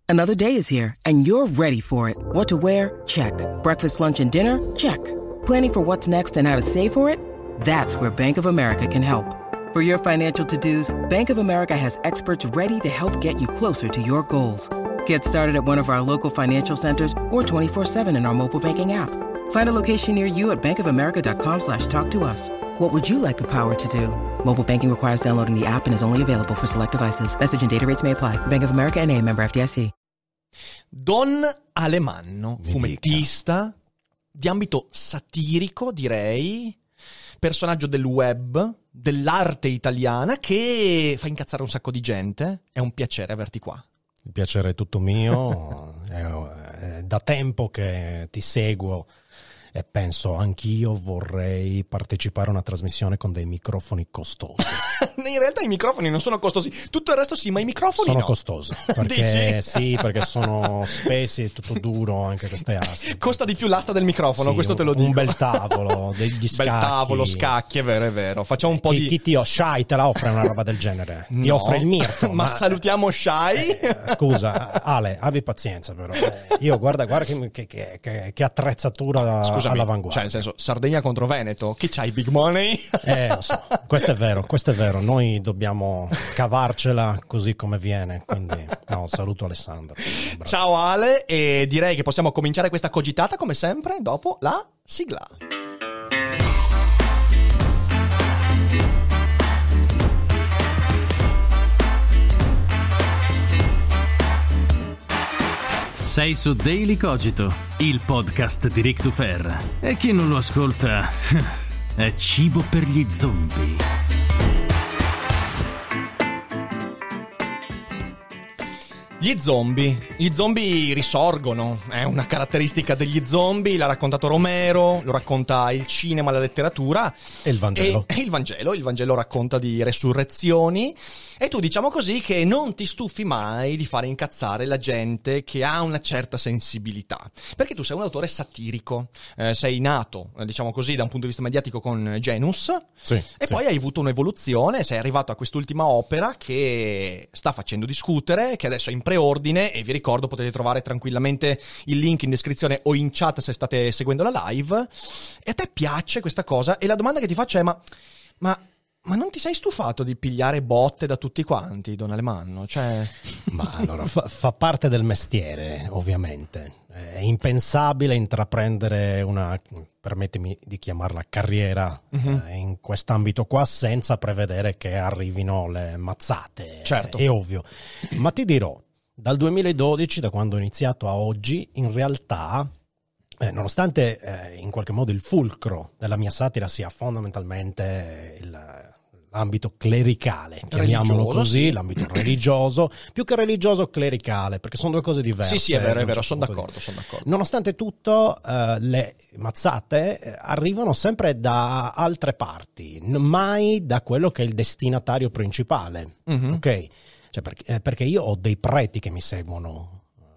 Another day is here, and you're ready for it. What to wear? Check. Breakfast, lunch, and dinner? Check. Planning for what's next and how to save for it? That's where Bank of America can help. For your financial to-dos, Bank of America has experts ready to help get you closer to your goals. Get started at one of our local financial centers or 24/7 in our mobile banking app. Find a location near you at bankofamerica.com/talktous. What would you like the power to do? Mobile banking requires downloading the app and is only available for select devices. Message and data rates may apply. Bank of America N.A., member FDIC. Don Alemanno, fumettista di ambito satirico, direi, personaggio del web, dell'arte italiana, che fa incazzare un sacco di gente. È un piacere averti qua. Il piacere è tutto mio. È da tempo che ti seguo e penso anch'io vorrei partecipare a una trasmissione con dei microfoni costosi. In realtà i microfoni non sono costosi, tutto il resto sì, ma i microfoni sono no. costosi perché sì, perché sono spessi, è tutto duro, anche queste aste. Costa di più l'asta del microfono, sì, questo te lo dico. Un bel tavolo, degli scacchi. Bel tavolo, scacchi, è vero. Facciamo un po' Chi ti Shai te la offre una roba del genere? Ti No, offre il Mirto. ma salutiamo Shai. Scusa, Ale, abbi pazienza però. Io guarda che attrezzatura. Scusami, all'avanguardia. cioè nel senso, Sardegna contro Veneto, chi c'hai big money? Lo so, questo è vero, noi dobbiamo cavarcela così come viene, quindi no, saluto Alessandro. Bravo. Ciao Ale, e direi che possiamo cominciare questa cogitata come sempre dopo la sigla. Sei su Daily Cogito, il podcast di Rick Dufer. E chi non lo ascolta è cibo per gli zombie. Gli zombie risorgono, è una caratteristica degli zombie, l'ha raccontato Romero, lo racconta il cinema, la letteratura e il Vangelo. E il Vangelo racconta di resurrezioni. E tu diciamo così che non ti stufi mai di fare incazzare la gente che ha una certa sensibilità, perché tu sei un autore satirico, sei nato, diciamo così, da un punto di vista mediatico con Genus, sì. Poi hai avuto un'evoluzione, sei arrivato a quest'ultima opera che sta facendo discutere, che adesso è in preordine, e vi ricordo potete trovare tranquillamente il link in descrizione o in chat se state seguendo la live. E a te piace questa cosa? E la domanda che ti faccio è ma non ti sei stufato di pigliare botte da tutti quanti, Don Alemanno? Cioè... Ma allora, fa parte del mestiere, ovviamente. È impensabile intraprendere una, permettimi di chiamarla carriera, in quest'ambito qua senza prevedere che arrivino le mazzate. Certo. È ovvio. Ma ti dirò, dal 2012, da quando ho iniziato a oggi, in realtà... nonostante in qualche modo il fulcro della mia satira sia fondamentalmente l'ambito clericale, chiamiamolo così, sì. L'ambito religioso, più che religioso clericale, perché sono due cose diverse. Sì, è vero, sono d'accordo. Nonostante tutto, le mazzate arrivano sempre da altre parti, mai da quello che è il destinatario principale, ok? Cioè perché io ho dei preti che mi seguono.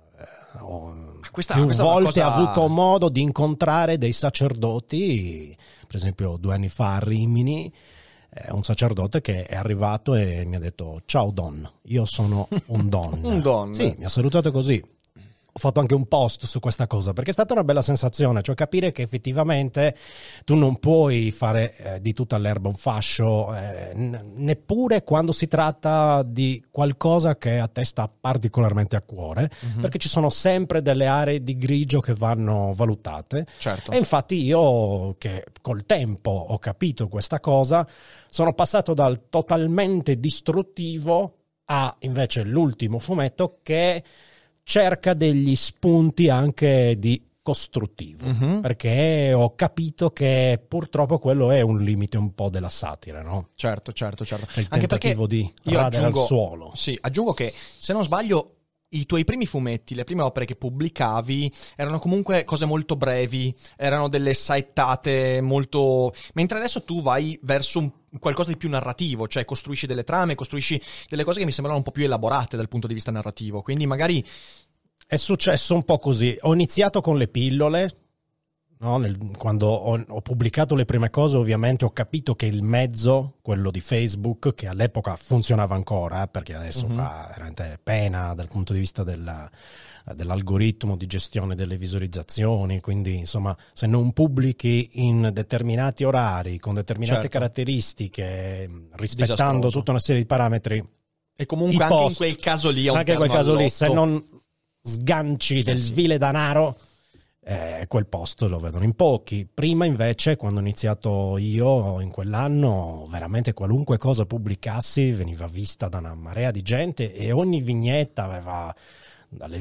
Più volte ho avuto modo di incontrare dei sacerdoti, per esempio 2 anni fa a Rimini, un sacerdote che è arrivato e mi ha detto: ciao Don, io sono un Don. Un Don? Sì, mi ha salutato così. Ho fatto anche un post su questa cosa perché è stata una bella sensazione, cioè capire che effettivamente tu non puoi fare di tutta l'erba un fascio, neppure quando si tratta di qualcosa che a te sta particolarmente a cuore, perché ci sono sempre delle aree di grigio che vanno valutate. Certo. E infatti io, che col tempo ho capito questa cosa, sono passato dal totalmente distruttivo a invece l'ultimo fumetto che cerca degli spunti anche di costruttivo, perché ho capito che purtroppo quello è un limite un po' della satira, no? Certo. Il tentativo di radere al suolo. Sì, aggiungo che, se non sbaglio, i tuoi primi fumetti, le prime opere che pubblicavi erano comunque cose molto brevi, erano delle saettate molto... Mentre adesso tu vai verso qualcosa di più narrativo, cioè costruisci delle trame, costruisci delle cose che mi sembrano un po' più elaborate dal punto di vista narrativo, quindi magari... È successo un po' così, ho iniziato con le pillole, no? Quando ho pubblicato le prime cose, ovviamente ho capito che il mezzo, quello di Facebook, che all'epoca funzionava ancora, perché adesso fa veramente pena dal punto di vista dell'algoritmo di gestione delle visualizzazioni, quindi insomma se non pubblichi in determinati orari, con determinate caratteristiche, rispettando tutta una serie di parametri, e comunque anche in quel caso lì è un anche in quel caso lì, se all'otto. non sganci del vile denaro, quel post lo vedono in pochi. Prima invece, quando ho iniziato io in quell'anno, veramente qualunque cosa pubblicassi veniva vista da una marea di gente e ogni vignetta aveva dalle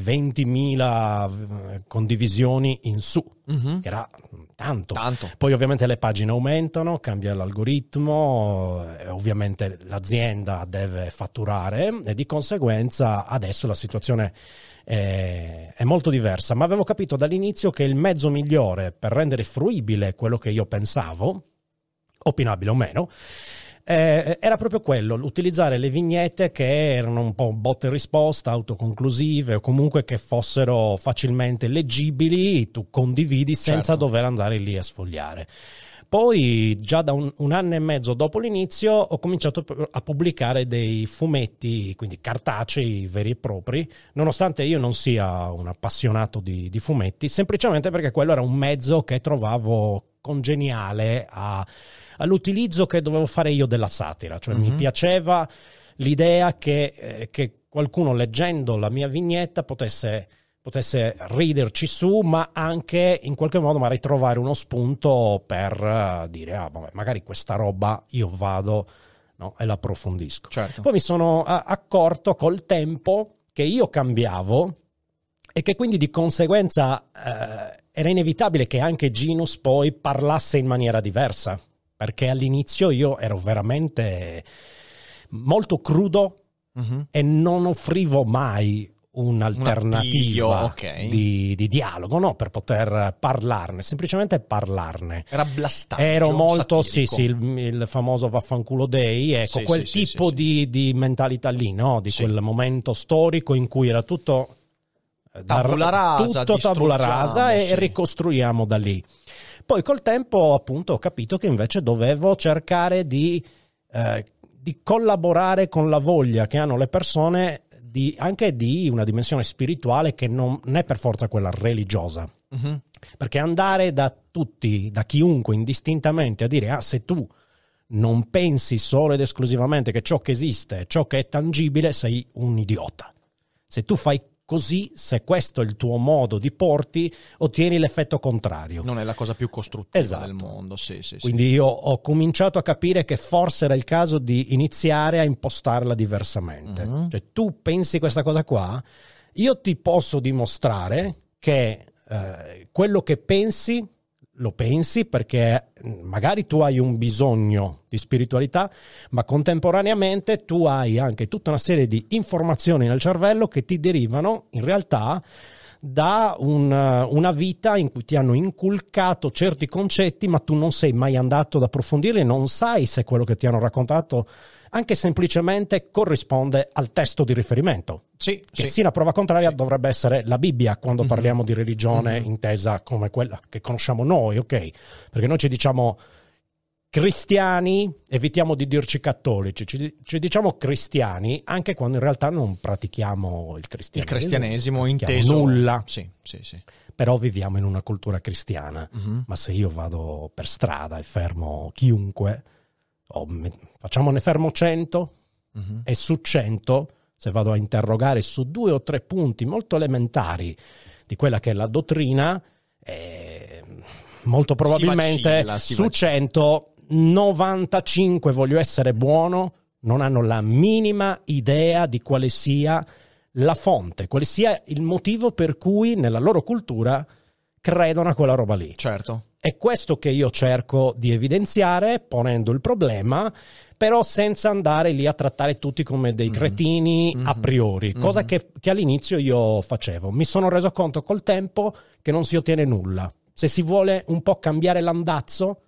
20.000 condivisioni in su, che era tanto. Poi ovviamente le pagine aumentano, cambia l'algoritmo, ovviamente l'azienda deve fatturare e di conseguenza adesso la situazione è molto diversa, ma avevo capito dall'inizio che il mezzo migliore per rendere fruibile quello che io pensavo, opinabile o meno, era proprio quello, utilizzare le vignette che erano un po' botta e risposta, autoconclusive o comunque che fossero facilmente leggibili, tu condividi senza dover andare lì a sfogliare. Poi già da un anno e mezzo dopo l'inizio ho cominciato a pubblicare dei fumetti, quindi cartacei veri e propri, nonostante io non sia un appassionato di fumetti, semplicemente perché quello era un mezzo che trovavo congeniale all'utilizzo che dovevo fare io della satira, cioè mi piaceva l'idea che qualcuno leggendo la mia vignetta potesse riderci su, ma anche in qualche modo magari trovare uno spunto per dire vabbè, magari questa roba io vado, no, e l'approfondisco. Poi mi sono accorto col tempo che io cambiavo e che quindi di conseguenza era inevitabile che anche Ginus poi parlasse in maniera diversa, perché all'inizio io ero veramente molto crudo e non offrivo mai un'alternativa di dialogo, no, per poter parlarne, semplicemente parlarne. Era blastante. Ero molto satirico. il famoso vaffanculo day, ecco, quel tipo di mentalità lì, no, di quel momento storico in cui era tutto tabula rasa e ricostruiamo da lì. Poi col tempo appunto ho capito che invece dovevo cercare di collaborare con la voglia che hanno le persone anche di una dimensione spirituale che non è per forza quella religiosa. Perché andare da tutti, da chiunque indistintamente a dire se tu non pensi solo ed esclusivamente che ciò che esiste, ciò che è tangibile, sei un idiota. Se tu fai così, se questo è il tuo modo di porti, ottieni l'effetto contrario. Non è la cosa più costruttiva del mondo. Quindi io ho cominciato a capire che forse era il caso di iniziare a impostarla diversamente. Cioè, tu pensi questa cosa qua, io ti posso dimostrare che quello che pensi lo pensi perché magari tu hai un bisogno di spiritualità, ma contemporaneamente tu hai anche tutta una serie di informazioni nel cervello che ti derivano in realtà da una vita in cui ti hanno inculcato certi concetti, ma tu non sei mai andato ad approfondirli, non sai se quello che ti hanno raccontato anche semplicemente corrisponde al testo di riferimento. Che sia una prova contraria dovrebbe essere la Bibbia quando parliamo di religione intesa come quella che conosciamo noi, ok? Perché noi ci diciamo cristiani, evitiamo di dirci cattolici, ci diciamo cristiani anche quando in realtà non pratichiamo il cristianesimo. Il cristianesimo inteso nulla. Sì. Però viviamo in una cultura cristiana, ma se io vado per strada e fermo chiunque, ne fermo 100 e su 100 se vado a interrogare su 2 o 3 punti molto elementari di quella che è la dottrina, molto probabilmente su 100 95, voglio essere buono, non hanno la minima idea di quale sia la fonte, quale sia il motivo per cui nella loro cultura credono a quella roba lì. Certo. È questo che io cerco di evidenziare ponendo il problema, però senza andare lì a trattare tutti come dei cretini a priori, cosa che all'inizio io facevo. Mi sono reso conto col tempo che non si ottiene nulla. Se si vuole un po' cambiare l'andazzo,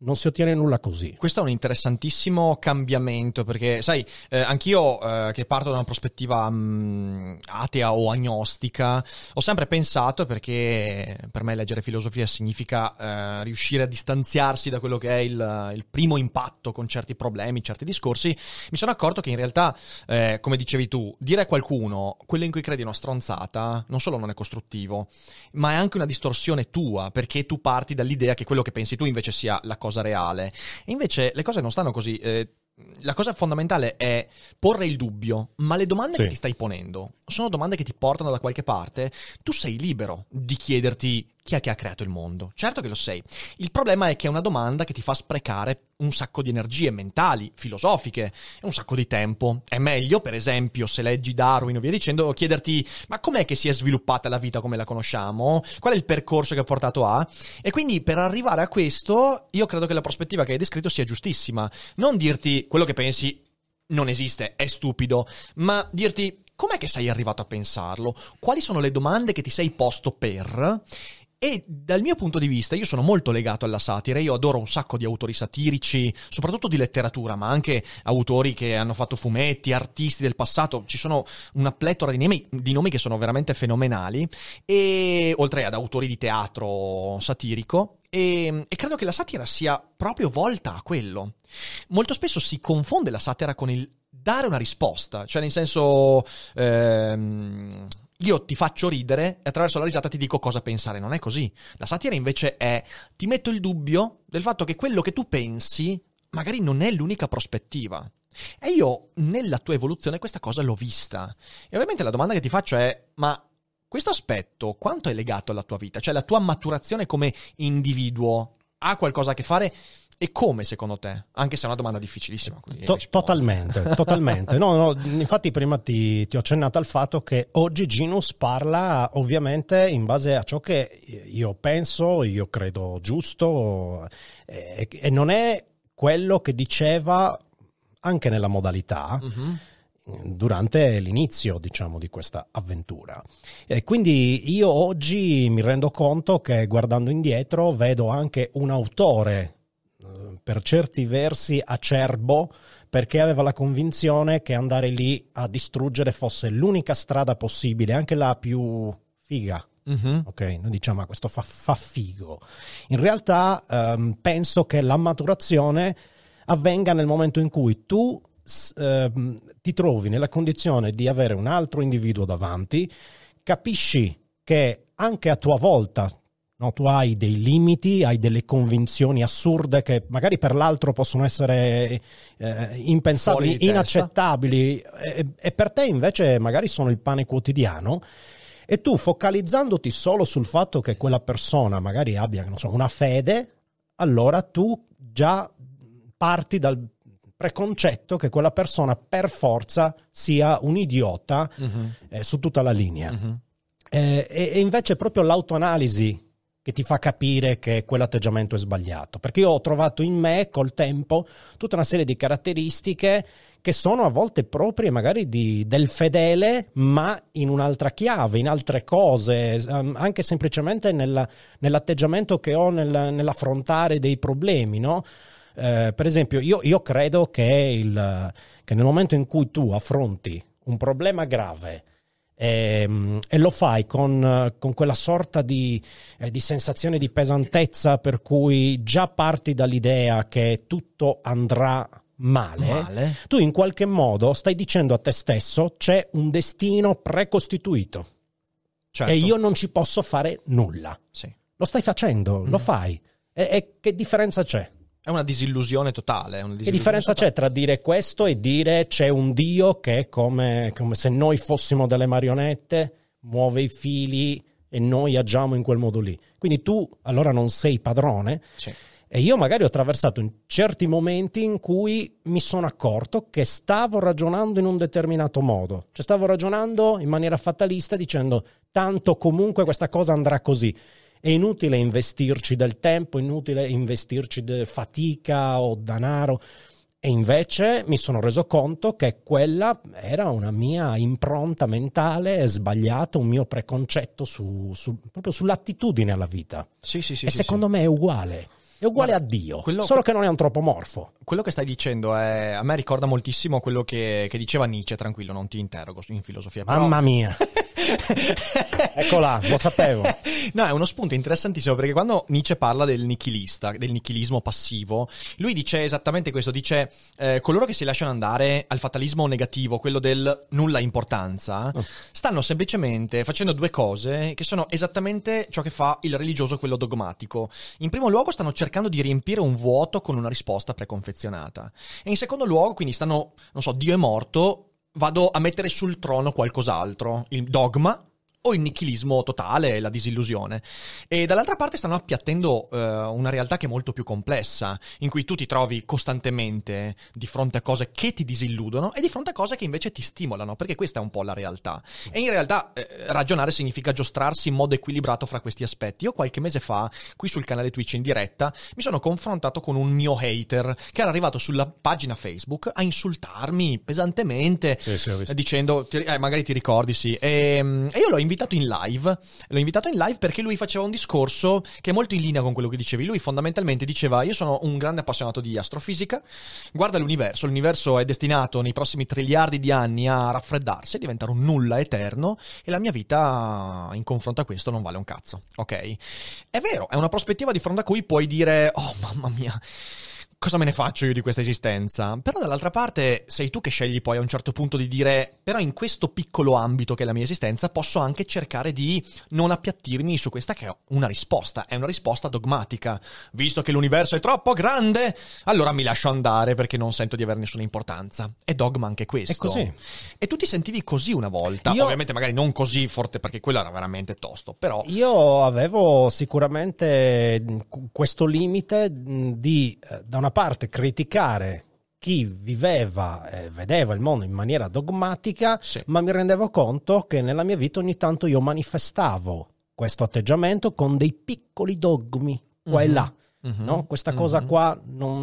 non si ottiene nulla così. Questo è un interessantissimo cambiamento, perché sai, anch'io che parto da una prospettiva atea o agnostica, ho sempre pensato, perché per me leggere filosofia significa riuscire a distanziarsi da quello che è il primo impatto con certi problemi, certi discorsi, mi sono accorto che in realtà, come dicevi tu, dire a qualcuno quello in cui credi è una stronzata, non solo non è costruttivo, ma è anche una distorsione tua, perché tu parti dall'idea che quello che pensi tu invece sia la cosa reale. E invece le cose non stanno così. La cosa fondamentale è porre il dubbio, ma le domande che ti stai ponendo sono domande che ti portano da qualche parte. Tu sei libero di chiederti chi è che ha creato il mondo. Certo che lo sei. Il problema è che è una domanda che ti fa sprecare un sacco di energie mentali, filosofiche, e un sacco di tempo. È meglio, per esempio, se leggi Darwin o via dicendo, chiederti: ma com'è che si è sviluppata la vita come la conosciamo? Qual è il percorso che ha portato a? E quindi per arrivare a questo, io credo che la prospettiva che hai descritto sia giustissima. Non dirti quello che pensi non esiste, è stupido, ma dirti: com'è che sei arrivato a pensarlo? Quali sono le domande che ti sei posto per? E dal mio punto di vista io sono molto legato alla satira, io adoro un sacco di autori satirici, soprattutto di letteratura, ma anche autori che hanno fatto fumetti, artisti del passato, ci sono una pletora di nomi che sono veramente fenomenali, e oltre ad autori di teatro satirico, e credo che la satira sia proprio volta a quello. Molto spesso si confonde la satira con il dare una risposta, cioè nel senso... io ti faccio ridere e attraverso la risata ti dico cosa pensare. Non è così. La satira invece è: ti metto il dubbio del fatto che quello che tu pensi magari non è l'unica prospettiva. E io nella tua evoluzione questa cosa l'ho vista. E ovviamente la domanda che ti faccio è: ma questo aspetto quanto è legato alla tua vita? Cioè la tua maturazione come individuo ha qualcosa a che fare? E come, secondo te? Anche se è una domanda difficilissima. Totalmente. No, infatti prima ti ho accennato al fatto che oggi Genus parla ovviamente in base a ciò che io penso, io credo giusto, e non è quello che diceva anche nella modalità durante l'inizio, diciamo, di questa avventura. E quindi io oggi mi rendo conto che, guardando indietro, vedo anche un autore per certi versi acerbo, perché aveva la convinzione che andare lì a distruggere fosse l'unica strada possibile, anche la più figa. Ok, noi diciamo: questo fa figo. In realtà penso che la maturazione avvenga nel momento in cui tu ti trovi nella condizione di avere un altro individuo davanti, capisci che anche a tua volta, no, tu hai dei limiti, hai delle convinzioni assurde che magari per l'altro possono essere impensabili, inaccettabili, e per te invece magari sono il pane quotidiano, e tu, focalizzandoti solo sul fatto che quella persona magari abbia, non so, una fede, allora tu già parti dal preconcetto che quella persona per forza sia un idiota su tutta la linea. E invece proprio l'autoanalisi che ti fa capire che quell'atteggiamento è sbagliato, perché io ho trovato in me col tempo tutta una serie di caratteristiche che sono a volte proprie magari del fedele, ma in un'altra chiave, in altre cose, anche semplicemente nell'atteggiamento che ho nell'affrontare dei problemi, no? Per esempio, io credo che nel momento in cui tu affronti un problema grave e lo fai con quella sorta di sensazione di pesantezza, per cui già parti dall'idea che tutto andrà male, tu in qualche modo stai dicendo a te stesso: c'è un destino precostituito, certo, e io non ci posso fare nulla. Sì. Lo stai facendo, lo fai, e che differenza c'è? È una disillusione totale. Che differenza c'è tra dire questo e dire c'è un Dio che è come se noi fossimo delle marionette, muove i fili e noi agiamo in quel modo lì? Quindi tu allora non sei padrone. Sì. E io magari ho attraversato in certi momenti in cui mi sono accorto che stavo ragionando in un determinato modo. Cioè stavo ragionando in maniera fatalista, dicendo: tanto comunque questa cosa andrà così. È inutile investirci del tempo, inutile investirci fatica o denaro. E invece mi sono reso conto che quella era una mia impronta mentale sbagliata, un mio preconcetto proprio sull'attitudine alla vita. Sì, e secondo me è uguale. È uguale a Dio, solo che non è antropomorfo. Quello che stai dicendo a me ricorda moltissimo quello che diceva Nietzsche. Tranquillo, non ti interrogo in filosofia. Però... Mamma mia. Eccola, lo sapevo. No, è uno spunto interessantissimo, perché quando Nietzsche parla del nichilista, del nichilismo passivo, lui dice esattamente questo, dice coloro che si lasciano andare al fatalismo negativo, quello del nulla importanza, stanno semplicemente facendo due cose che sono esattamente ciò che fa il religioso, quello dogmatico. In primo luogo stanno cercando di riempire un vuoto con una risposta preconfezionata, e in secondo luogo quindi stanno, non so, Dio è morto, vado a mettere sul trono qualcos'altro, il dogma o il nichilismo totale, la disillusione. E dall'altra parte stanno appiattendo una realtà che è molto più complessa, in cui tu ti trovi costantemente di fronte a cose che ti disilludono e di fronte a cose che invece ti stimolano, perché questa è un po' la realtà. E in realtà ragionare significa giostrarsi in modo equilibrato fra questi aspetti. Io qualche mese fa, qui sul canale Twitch in diretta, mi sono confrontato con un mio hater che era arrivato sulla pagina Facebook a insultarmi pesantemente, dicendo, magari ti ricordi, sì, e io l'ho invitato in live perché lui faceva un discorso che è molto in linea con quello che dicevi. Lui fondamentalmente diceva: io sono un grande appassionato di astrofisica, guarda l'universo è destinato nei prossimi triliardi di anni a raffreddarsi, a diventare un nulla eterno, e la mia vita in confronto a questo non vale un cazzo, ok? È vero, è una prospettiva di fronte a cui puoi dire: oh mamma mia, cosa me ne faccio io di questa esistenza? Però dall'altra parte sei tu che scegli poi a un certo punto di dire: però in questo piccolo ambito che è la mia esistenza posso anche cercare di non appiattirmi su questa che è una risposta dogmatica. Visto che l'universo è troppo grande, allora mi lascio andare perché non sento di avere nessuna importanza. È dogma anche questo. È così. E tu ti sentivi così una volta? Ovviamente magari non così forte, perché quello era veramente tosto, però... Io avevo sicuramente questo limite di, da una parte, criticare chi viveva e vedeva il mondo in maniera dogmatica, sì, ma mi rendevo conto che nella mia vita ogni tanto io manifestavo questo atteggiamento con dei piccoli dogmi qua e là, no? Questa cosa qua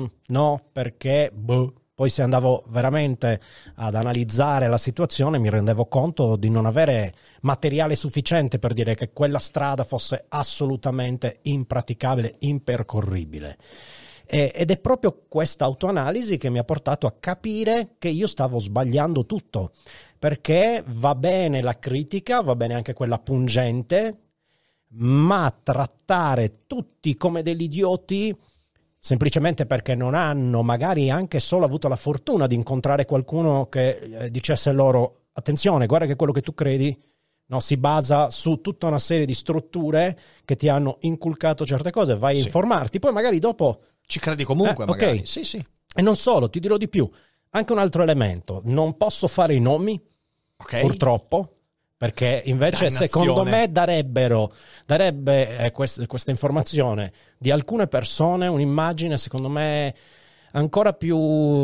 no, perché poi se andavo veramente ad analizzare la situazione mi rendevo conto di non avere materiale sufficiente per dire che quella strada fosse assolutamente impraticabile, impercorribile. Ed è proprio questa autoanalisi che mi ha portato a capire che io stavo sbagliando tutto, perché va bene la critica, va bene anche quella pungente, ma trattare tutti come degli idioti semplicemente perché non hanno magari anche solo avuto la fortuna di incontrare qualcuno che dicesse loro: attenzione, guarda che quello che tu credi si basa su tutta una serie di strutture che ti hanno inculcato certe cose, vai a informarti, poi magari dopo ci credi comunque, magari. Okay. Sì. E non solo, ti dirò di più, anche un altro elemento, non posso fare i nomi, purtroppo, perché invece secondo me darebbe questa informazione di alcune persone un'immagine, secondo me, ancora più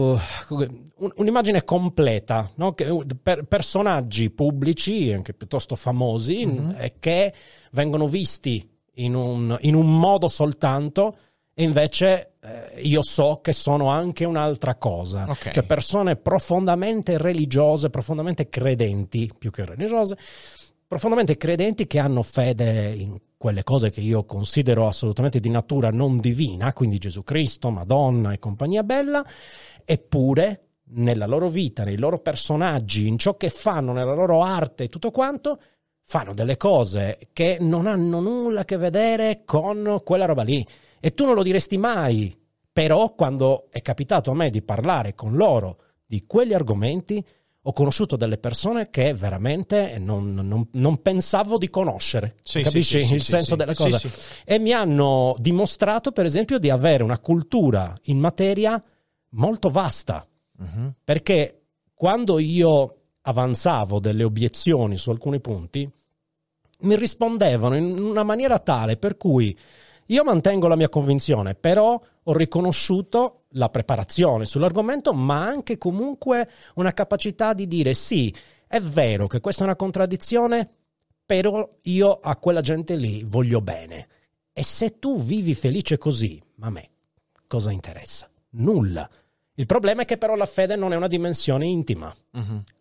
un'immagine completa, no? Personaggi pubblici anche piuttosto famosi che vengono visti in un modo soltanto, e invece io so che sono anche un'altra cosa, cioè persone profondamente religiose, profondamente credenti, più che religiose, profondamente credenti, che hanno fede in quelle cose che io considero assolutamente di natura non divina, quindi Gesù Cristo, Madonna e compagnia bella, eppure nella loro vita, nei loro personaggi, in ciò che fanno, nella loro arte e tutto quanto, fanno delle cose che non hanno nulla a che vedere con quella roba lì. E tu non lo diresti mai, però quando è capitato a me di parlare con loro di quegli argomenti, ho conosciuto delle persone che veramente non pensavo di conoscere, capisci il senso della cosa? Sì. E mi hanno dimostrato, per esempio, di avere una cultura in materia molto vasta, perché quando io avanzavo delle obiezioni su alcuni punti, mi rispondevano in una maniera tale per cui io mantengo la mia convinzione, però ho riconosciuto la preparazione sull'argomento, ma anche comunque una capacità di dire: sì, è vero che questa è una contraddizione, però io a quella gente lì voglio bene. E se tu vivi felice così, a me cosa interessa? Nulla. Il problema è che però la fede non è una dimensione intima,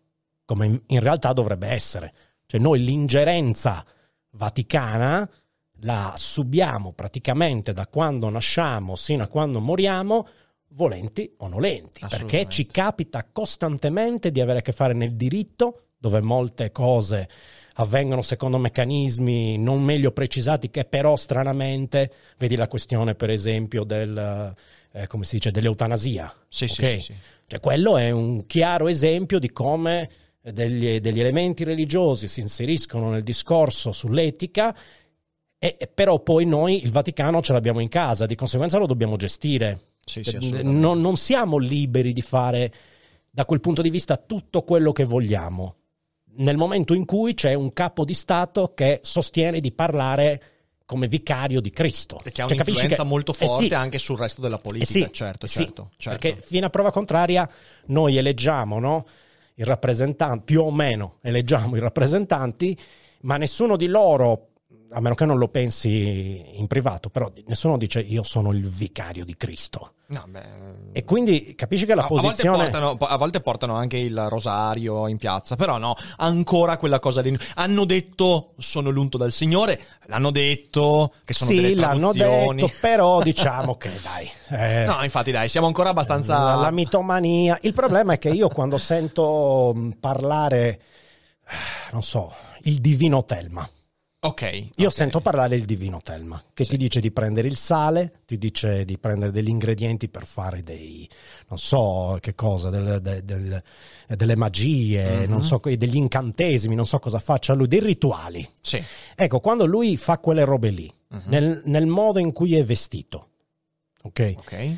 come in realtà dovrebbe essere. Cioè noi l'ingerenza vaticana la subiamo praticamente da quando nasciamo sino a quando moriamo, volenti o nolenti, perché ci capita costantemente di avere a che fare nel diritto, dove molte cose avvengono secondo meccanismi non meglio precisati, che però stranamente, vedi la questione per esempio del come si dice, dell'eutanasia. Sì. Cioè, quello è un chiaro esempio di come degli elementi religiosi si inseriscono nel discorso sull'etica, e però poi noi il Vaticano ce l'abbiamo in casa, di conseguenza lo dobbiamo gestire. Sì, non siamo liberi di fare da quel punto di vista tutto quello che vogliamo, nel momento in cui c'è un capo di Stato che sostiene di parlare come vicario di Cristo. Perché ha un'influenza molto forte anche sul resto della politica, certo. Perché fino a prova contraria noi eleggiamo, no? I rappresentanti, più o meno eleggiamo i rappresentanti, ma nessuno di loro, a meno che non lo pensi in privato, però nessuno dice io sono il vicario di Cristo. No, e quindi capisci che la posizione... A volte portano anche il rosario in piazza, però no, ancora quella cosa di... Hanno detto sono l'unto dal Signore, l'hanno detto che sono delle traduzioni. L'hanno detto, però diciamo che dai... no, infatti dai, siamo ancora abbastanza... La mitomania. Il problema è che io quando sento parlare, non so, il divino Telma, io sento parlare il divino Telma, che ti dice di prendere il sale, ti dice di prendere degli ingredienti per fare dei, non so che cosa, delle magie, non so, degli incantesimi, non so cosa faccia lui, dei rituali. Sì. Ecco, quando lui fa quelle robe lì, nel modo in cui è vestito, ok?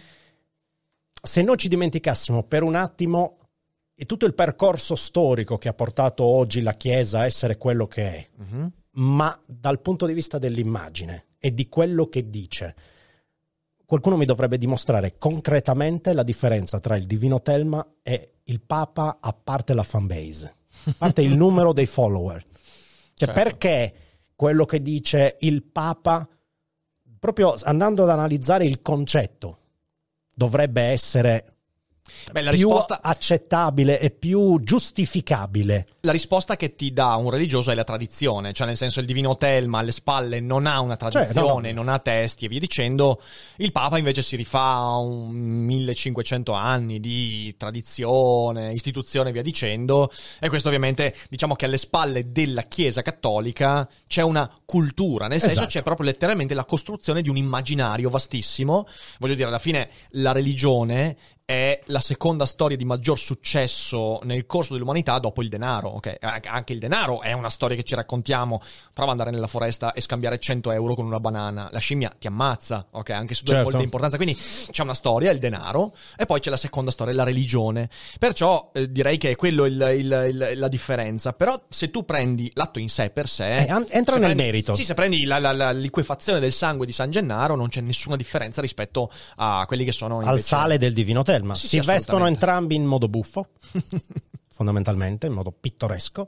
Se noi ci dimenticassimo per un attimo e tutto il percorso storico che ha portato oggi la Chiesa a essere quello che è, ma dal punto di vista dell'immagine e di quello che dice, qualcuno mi dovrebbe dimostrare concretamente la differenza tra il divino Telma e il Papa, a parte la fanbase, a parte il numero dei follower. Cioè, perché quello che dice il Papa, proprio andando ad analizzare il concetto, dovrebbe essere più risposta... accettabile e più giustificabile? La risposta che ti dà un religioso è la tradizione, cioè nel senso il divino Telma alle spalle non ha una tradizione, non ha testi e via dicendo. Il Papa invece si rifà a un 1500 anni di tradizione, istituzione e via dicendo, e questo ovviamente diciamo che alle spalle della Chiesa cattolica c'è una cultura, nel senso c'è proprio letteralmente la costruzione di un immaginario vastissimo. Voglio dire, alla fine la religione è la seconda storia di maggior successo nel corso dell'umanità dopo il denaro, ok? Anche il denaro è una storia che ci raccontiamo. Prova ad andare nella foresta e scambiare 100 euro con una banana. La scimmia ti ammazza, ok? Anche se tu hai molta importanza. Quindi c'è una storia, il denaro, e poi c'è la seconda storia, la religione. Perciò direi che è quello la differenza. Però se tu prendi l'atto in sé per sé... entra nel merito. Sì, se prendi la liquefazione del sangue di San Gennaro non c'è nessuna differenza rispetto a quelli che sono invece... al sale del divino Telma. Si vestono entrambi in modo buffo, fondamentalmente, in modo pittoresco,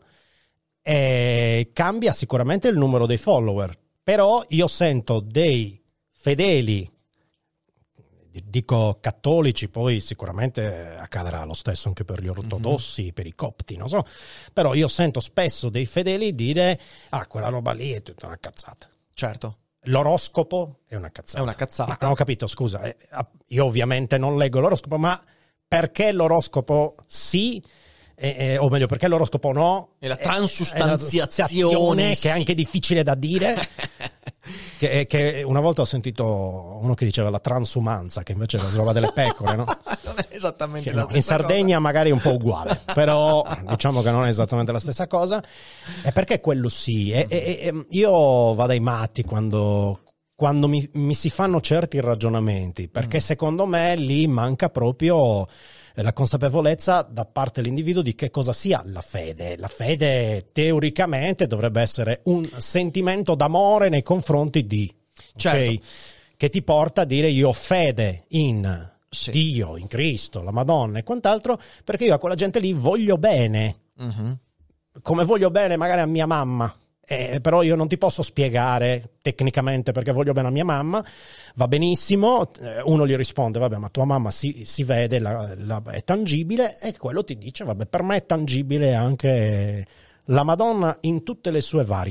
e cambia sicuramente il numero dei follower. Però io sento dei fedeli, dico cattolici, poi sicuramente accadrà lo stesso anche per gli ortodossi, per i copti, non so, però io sento spesso dei fedeli dire quella roba lì è tutta una cazzata. Certo. L'oroscopo è una cazzata. È una cazzata. Ma non ho capito, scusa. Io ovviamente non leggo l'oroscopo, ma perché l'oroscopo sì, o meglio, perché l'oroscopo no? E la transustanziazione, che è anche difficile da dire. che una volta ho sentito uno che diceva la transumanza, che invece è la roba delle pecore, no? Non è esattamente la stessa in Sardegna cosa. Magari è un po' uguale, però diciamo che non è esattamente la stessa cosa. E perché quello sì? Io vado ai matti quando mi si fanno certi ragionamenti, perché secondo me lì manca proprio la consapevolezza da parte dell'individuo di che cosa sia la fede. La fede teoricamente dovrebbe essere un sentimento d'amore nei confronti di, okay? Che ti porta a dire io ho fede in Dio, in Cristo, la Madonna e quant'altro, perché io a quella gente lì voglio bene, come voglio bene magari a mia mamma. Però io non ti posso spiegare tecnicamente perché voglio bene a mia mamma, va benissimo, uno gli risponde vabbè ma tua mamma si vede, è tangibile, e quello ti dice vabbè per me è tangibile anche la Madonna in tutte le sue variant.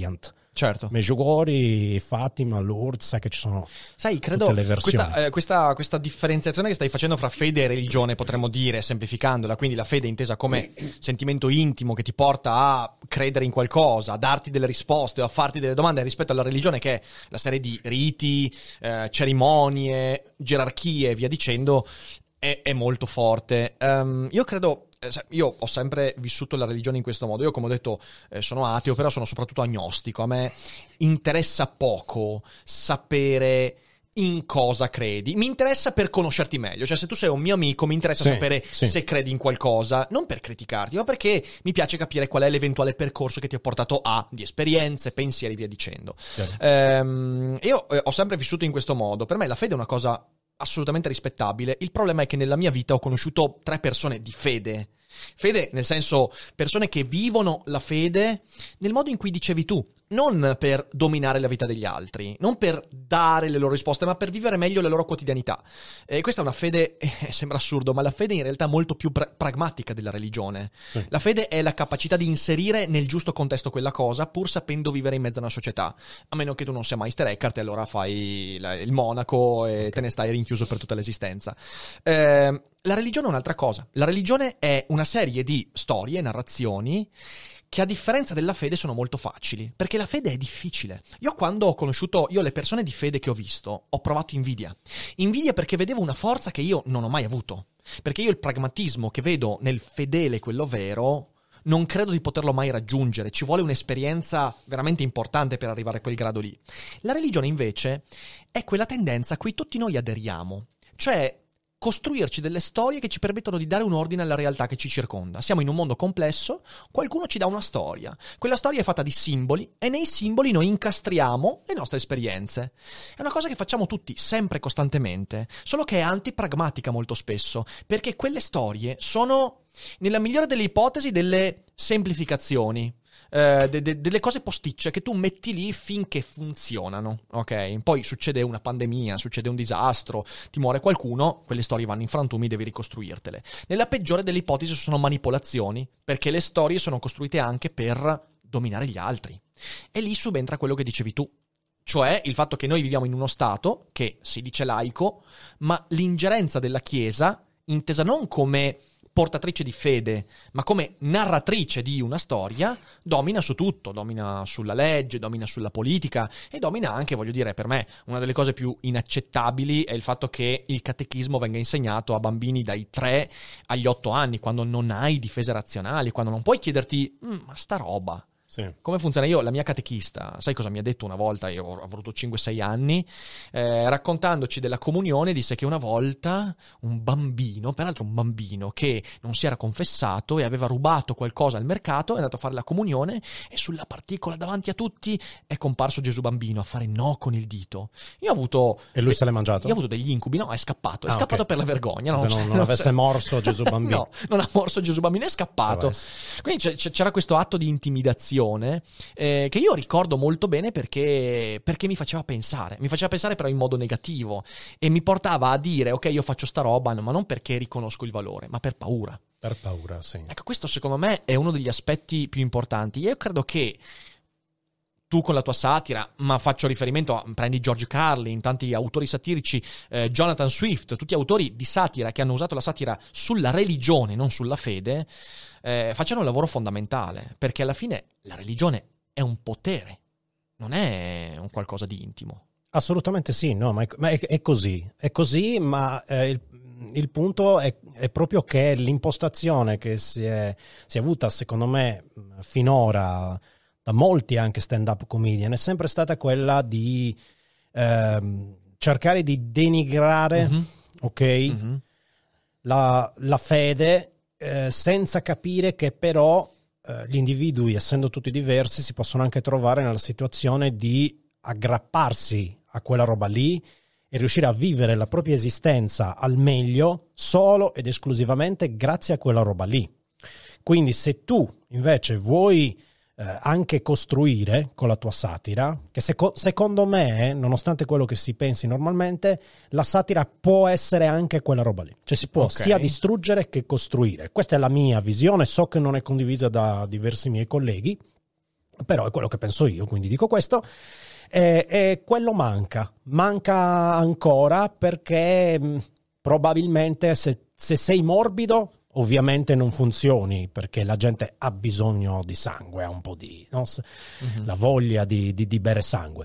Certo. Medjugorje, Fatima, Lourdes, sai che ci sono credo tutte le versioni. Questa differenziazione che stai facendo fra fede e religione, potremmo dire, semplificandola, quindi la fede intesa come sentimento intimo che ti porta a credere in qualcosa, a darti delle risposte o a farti delle domande, rispetto alla religione che è la serie di riti, cerimonie, gerarchie e via dicendo, è molto forte. Io credo... Io ho sempre vissuto la religione in questo modo. Io, come ho detto, sono ateo, però sono soprattutto agnostico. A me interessa poco sapere in cosa credi. Mi interessa per conoscerti meglio. Cioè, se tu sei un mio amico, mi interessa sapere se credi in qualcosa, non per criticarti, ma perché mi piace capire qual è l'eventuale percorso che ti ha portato a di esperienze, pensieri, via dicendo. Io ho sempre vissuto in questo modo. Per me la fede è una cosa assolutamente rispettabile. Il problema è che nella mia vita ho conosciuto 3 persone di fede. Fede nel senso, persone che vivono la fede nel modo in cui dicevi tu, non per dominare la vita degli altri, non per dare le loro risposte, ma per vivere meglio la loro quotidianità. E questa è una fede, sembra assurdo, ma la fede in realtà è molto più pragmatica della religione. Sì. La fede è la capacità di inserire nel giusto contesto quella cosa, pur sapendo vivere in mezzo a una società. A meno che tu non sia Meister Eckhart, e allora fai il monaco e te ne stai rinchiuso per tutta l'esistenza. La religione è un'altra cosa. La religione è una serie di storie, narrazioni, che a differenza della fede sono molto facili, perché la fede è difficile. Io quando ho conosciuto, le persone di fede che ho visto, ho provato invidia. Invidia perché vedevo una forza che io non ho mai avuto. Perché io il pragmatismo che vedo nel fedele, quello vero, non credo di poterlo mai raggiungere. Ci vuole un'esperienza veramente importante per arrivare a quel grado lì. La religione invece è quella tendenza a cui tutti noi aderiamo. Cioè costruirci delle storie che ci permettono di dare un ordine alla realtà che ci circonda. Siamo in un mondo complesso, qualcuno ci dà una storia. Quella storia è fatta di simboli e nei simboli noi incastriamo le nostre esperienze. È una cosa che facciamo tutti, sempre, costantemente, solo che è antipragmatica molto spesso, perché quelle storie sono, nella migliore delle ipotesi, delle semplificazioni. Delle cose posticce che tu metti lì finché funzionano, ok? Poi succede una pandemia, succede un disastro, ti muore qualcuno, quelle storie vanno in frantumi, devi ricostruirtele. Nella peggiore delle ipotesi sono manipolazioni, perché le storie sono costruite anche per dominare gli altri. E lì subentra quello che dicevi tu, cioè il fatto che noi viviamo in uno stato che si dice laico, ma l'ingerenza della Chiesa, intesa non come portatrice di fede, ma come narratrice di una storia, domina su tutto, domina sulla legge, domina sulla politica e domina anche, voglio dire, per me una delle cose più inaccettabili è il fatto che il catechismo venga insegnato a bambini dai 3 agli 8 anni, quando non hai difese razionali, quando non puoi chiederti, ma sta roba, sì, come funziona? Io, la mia catechista, sai cosa mi ha detto una volta? Io ho avuto 5-6 anni, raccontandoci della comunione, disse che una volta un bambino, peraltro un bambino che non si era confessato e aveva rubato qualcosa al mercato, è andato a fare la comunione e sulla particola davanti a tutti è comparso Gesù bambino a fare no con il dito. Io ho avuto... E lui se l'è mangiato? Io ho avuto degli incubi, no, è scappato okay. Per la vergogna. No? Se non avesse morso Gesù bambino. No, non ha morso Gesù bambino, è scappato. Quindi c'era questo atto di intimidazione che io ricordo molto bene perché mi faceva pensare però in modo negativo e mi portava a dire ok, io faccio sta roba ma non perché riconosco il valore, ma per paura. Per paura, sì. Ecco, questo secondo me è uno degli aspetti più importanti. Io credo che tu con la tua satira, ma faccio riferimento a, prendi George Carlin, tanti autori satirici, Jonathan Swift, tutti autori di satira che hanno usato la satira sulla religione, non sulla fede, facciano un lavoro fondamentale, perché alla fine la religione è un potere, non è un qualcosa di intimo. Assolutamente sì, no, ma è così, ma il punto è proprio che l'impostazione che si è avuta, secondo me, finora da molti anche stand-up comedian, è sempre stata quella di cercare di denigrare, ok, la fede, senza capire che però gli individui, essendo tutti diversi, si possono anche trovare nella situazione di aggrapparsi a quella roba lì e riuscire a vivere la propria esistenza al meglio solo ed esclusivamente grazie a quella roba lì. Quindi se tu invece vuoi anche costruire con la tua satira, che secondo me, nonostante quello che si pensi normalmente, la satira può essere anche quella roba lì, cioè si può sia distruggere che costruire. Questa è la mia visione, so che non è condivisa da diversi miei colleghi, Però è quello che penso io, quindi dico questo. E quello manca ancora, perché probabilmente se sei morbido ovviamente non funzioni, perché la gente ha bisogno di sangue, ha un po' di la voglia di bere sangue,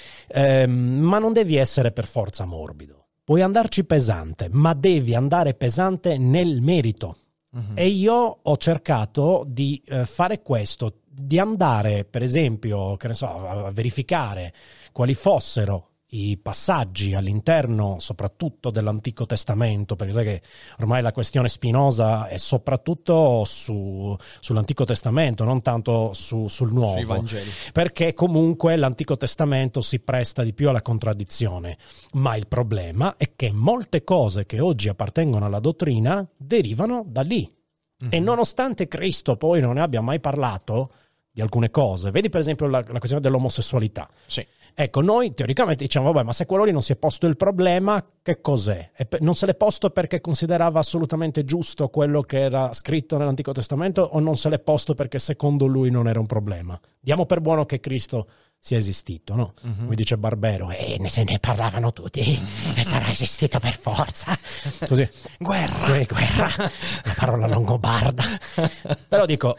ma non devi essere per forza morbido, puoi andarci pesante, ma devi andare pesante nel merito. E io ho cercato di fare questo, di andare per esempio, che ne so, a verificare quali fossero i passaggi all'interno soprattutto dell'Antico Testamento, perché sai che ormai la questione spinosa è soprattutto sull'Antico Testamento, non tanto sul Nuovo, sui Vangeli, perché comunque l'Antico Testamento si presta di più alla contraddizione, ma il problema è che molte cose che oggi appartengono alla dottrina derivano da lì. E nonostante Cristo poi non ne abbia mai parlato di alcune cose, vedi per esempio la questione dell'omosessualità. Sì. Ecco, noi teoricamente diciamo, vabbè, ma se quello lì non si è posto il problema, che cos'è? Non se l'è posto perché considerava assolutamente giusto quello che era scritto nell'Antico Testamento, o non se l'è posto perché secondo lui non era un problema? Diamo per buono che Cristo sia esistito, no? Come dice Barbero, se ne parlavano tutti, e sarà esistito per forza. Così. Guerra, la parola longobarda. Però dico,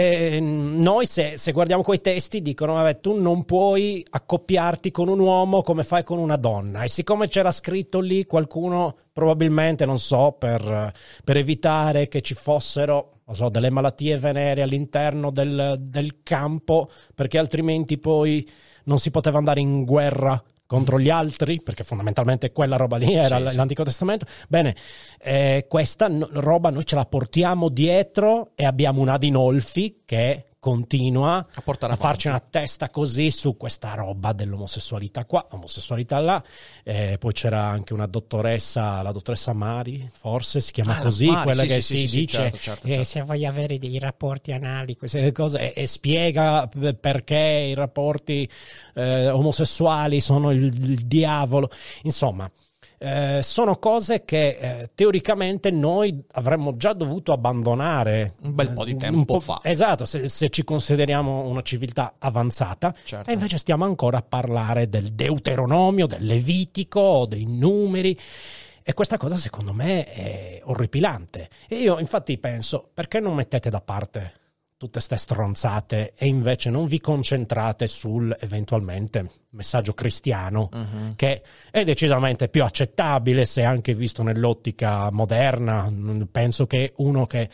noi se guardiamo quei testi dicono, vabbè, tu non puoi accoppiarti con un uomo come fai con una donna, e siccome c'era scritto lì, qualcuno probabilmente, non so, per evitare che ci fossero, non so, delle malattie venere all'interno del campo, perché altrimenti poi non si poteva andare in guerra contro gli altri, perché fondamentalmente quella roba lì era l'Antico Testamento. Bene, questa roba noi ce la portiamo dietro, e abbiamo un Adinolfi che continua a farci una testa così su questa roba dell'omosessualità qua, omosessualità là. Poi c'era anche una dottoressa, la dottoressa Mari, forse si chiama così, Mari, quella che si dice certo. Se voglio avere dei rapporti anali, queste cose, e spiega perché i rapporti omosessuali sono il diavolo. Insomma, sono cose che teoricamente noi avremmo già dovuto abbandonare un bel po' di tempo fa. Esatto, se ci consideriamo una civiltà avanzata, certo. E invece stiamo ancora a parlare del Deuteronomio, del Levitico, dei numeri, e questa cosa secondo me è orripilante. E io infatti penso, perché non mettete da parte tutte ste stronzate e invece non vi concentrate sul eventualmente messaggio cristiano, che è decisamente più accettabile se anche visto nell'ottica moderna. Penso che uno che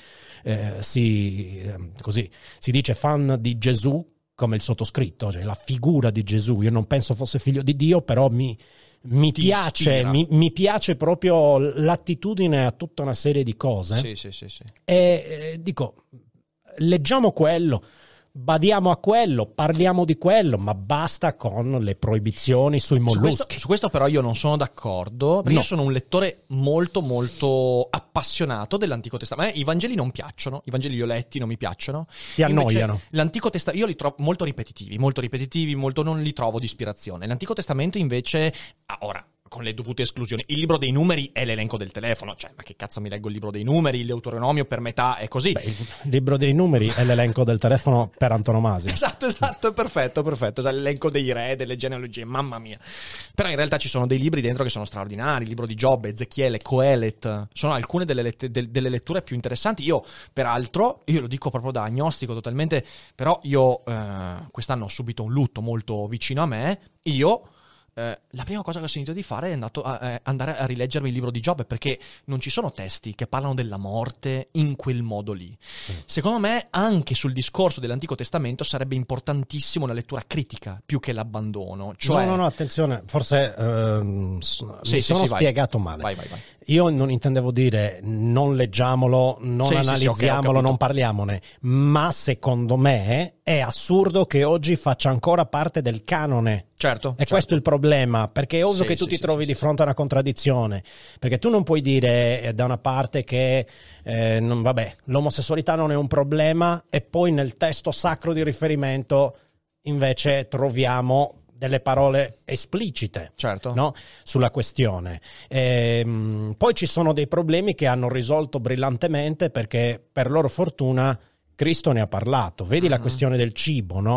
si dice fan di Gesù, come il sottoscritto, cioè la figura di Gesù, io non penso fosse figlio di Dio, però mi piace proprio l'attitudine a tutta una serie di cose. Sì. E dico, leggiamo quello, badiamo a quello, parliamo di quello, ma basta con le proibizioni sui molluschi. Su questo però io non sono d'accordo, perché io sono un lettore molto molto appassionato dell'Antico Testamento. I Vangeli non piacciono, i Vangeli li ho letti, non mi piacciono. Ti annoiano. L'Antico Testamento io li trovo molto ripetitivi, molto non li trovo di ispirazione. L'Antico Testamento invece, ora, con le dovute esclusioni, il libro dei numeri è l'elenco del telefono, cioè ma che cazzo mi leggo il libro dei numeri, il Deuteronomio per metà è così. Beh, il libro dei numeri è l'elenco del telefono per antonomasia. Esatto, perfetto, cioè, l'elenco dei re, delle genealogie, mamma mia. Però in realtà ci sono dei libri dentro che sono straordinari, il libro di Giobbe, Ezechiele, Coelet, sono alcune delle letture più interessanti. Io peraltro, io lo dico proprio da agnostico totalmente, però io quest'anno ho subito un lutto molto vicino a me. La prima cosa che ho sentito di fare è andare a rileggermi il libro di Giobbe, perché non ci sono testi che parlano della morte in quel modo lì. Secondo me anche sul discorso dell'Antico Testamento sarebbe importantissimo una lettura critica più che l'abbandono. Cioè... No, attenzione, forse mi sono spiegato male. Vai. Io non intendevo dire non leggiamolo, non analizziamolo, okay, non parliamone, ma secondo me è assurdo che oggi faccia ancora parte del canone. Certo. E questo è il problema, perché è ovvio che tu ti trovi di fronte a una contraddizione, perché tu non puoi dire da una parte che l'omosessualità non è un problema, e poi nel testo sacro di riferimento invece troviamo delle parole esplicite, certo, no? Sulla questione. Poi ci sono dei problemi che hanno risolto brillantemente, perché per loro fortuna Cristo ne ha parlato. Vedi la questione del cibo, no?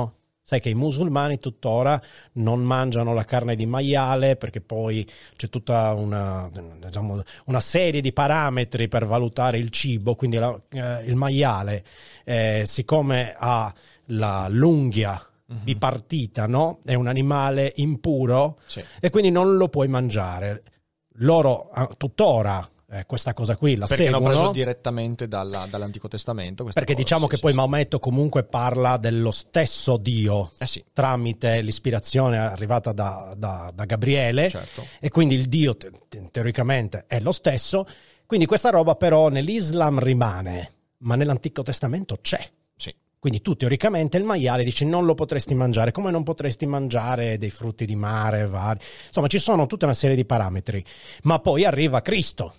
Sai che i musulmani tuttora non mangiano la carne di maiale perché poi c'è tutta una serie di parametri per valutare il cibo, quindi il maiale, siccome ha l'unghia bipartita, no? È un animale impuro, sì, e quindi non lo puoi mangiare. Loro tuttora questa cosa qui la perché seguono. Perché hanno preso direttamente dall'Antico Testamento. Perché cosa, diciamo che poi Maometto comunque parla dello stesso Dio, sì, tramite l'ispirazione arrivata da Gabriele, certo, e quindi il Dio teoricamente è lo stesso. Quindi questa roba però nell'Islam rimane, ma nell'Antico Testamento c'è. Sì. Quindi tu teoricamente il maiale dici non lo potresti mangiare, come non potresti mangiare dei frutti di mare vari. Insomma, ci sono tutta una serie di parametri. Ma poi arriva Cristo,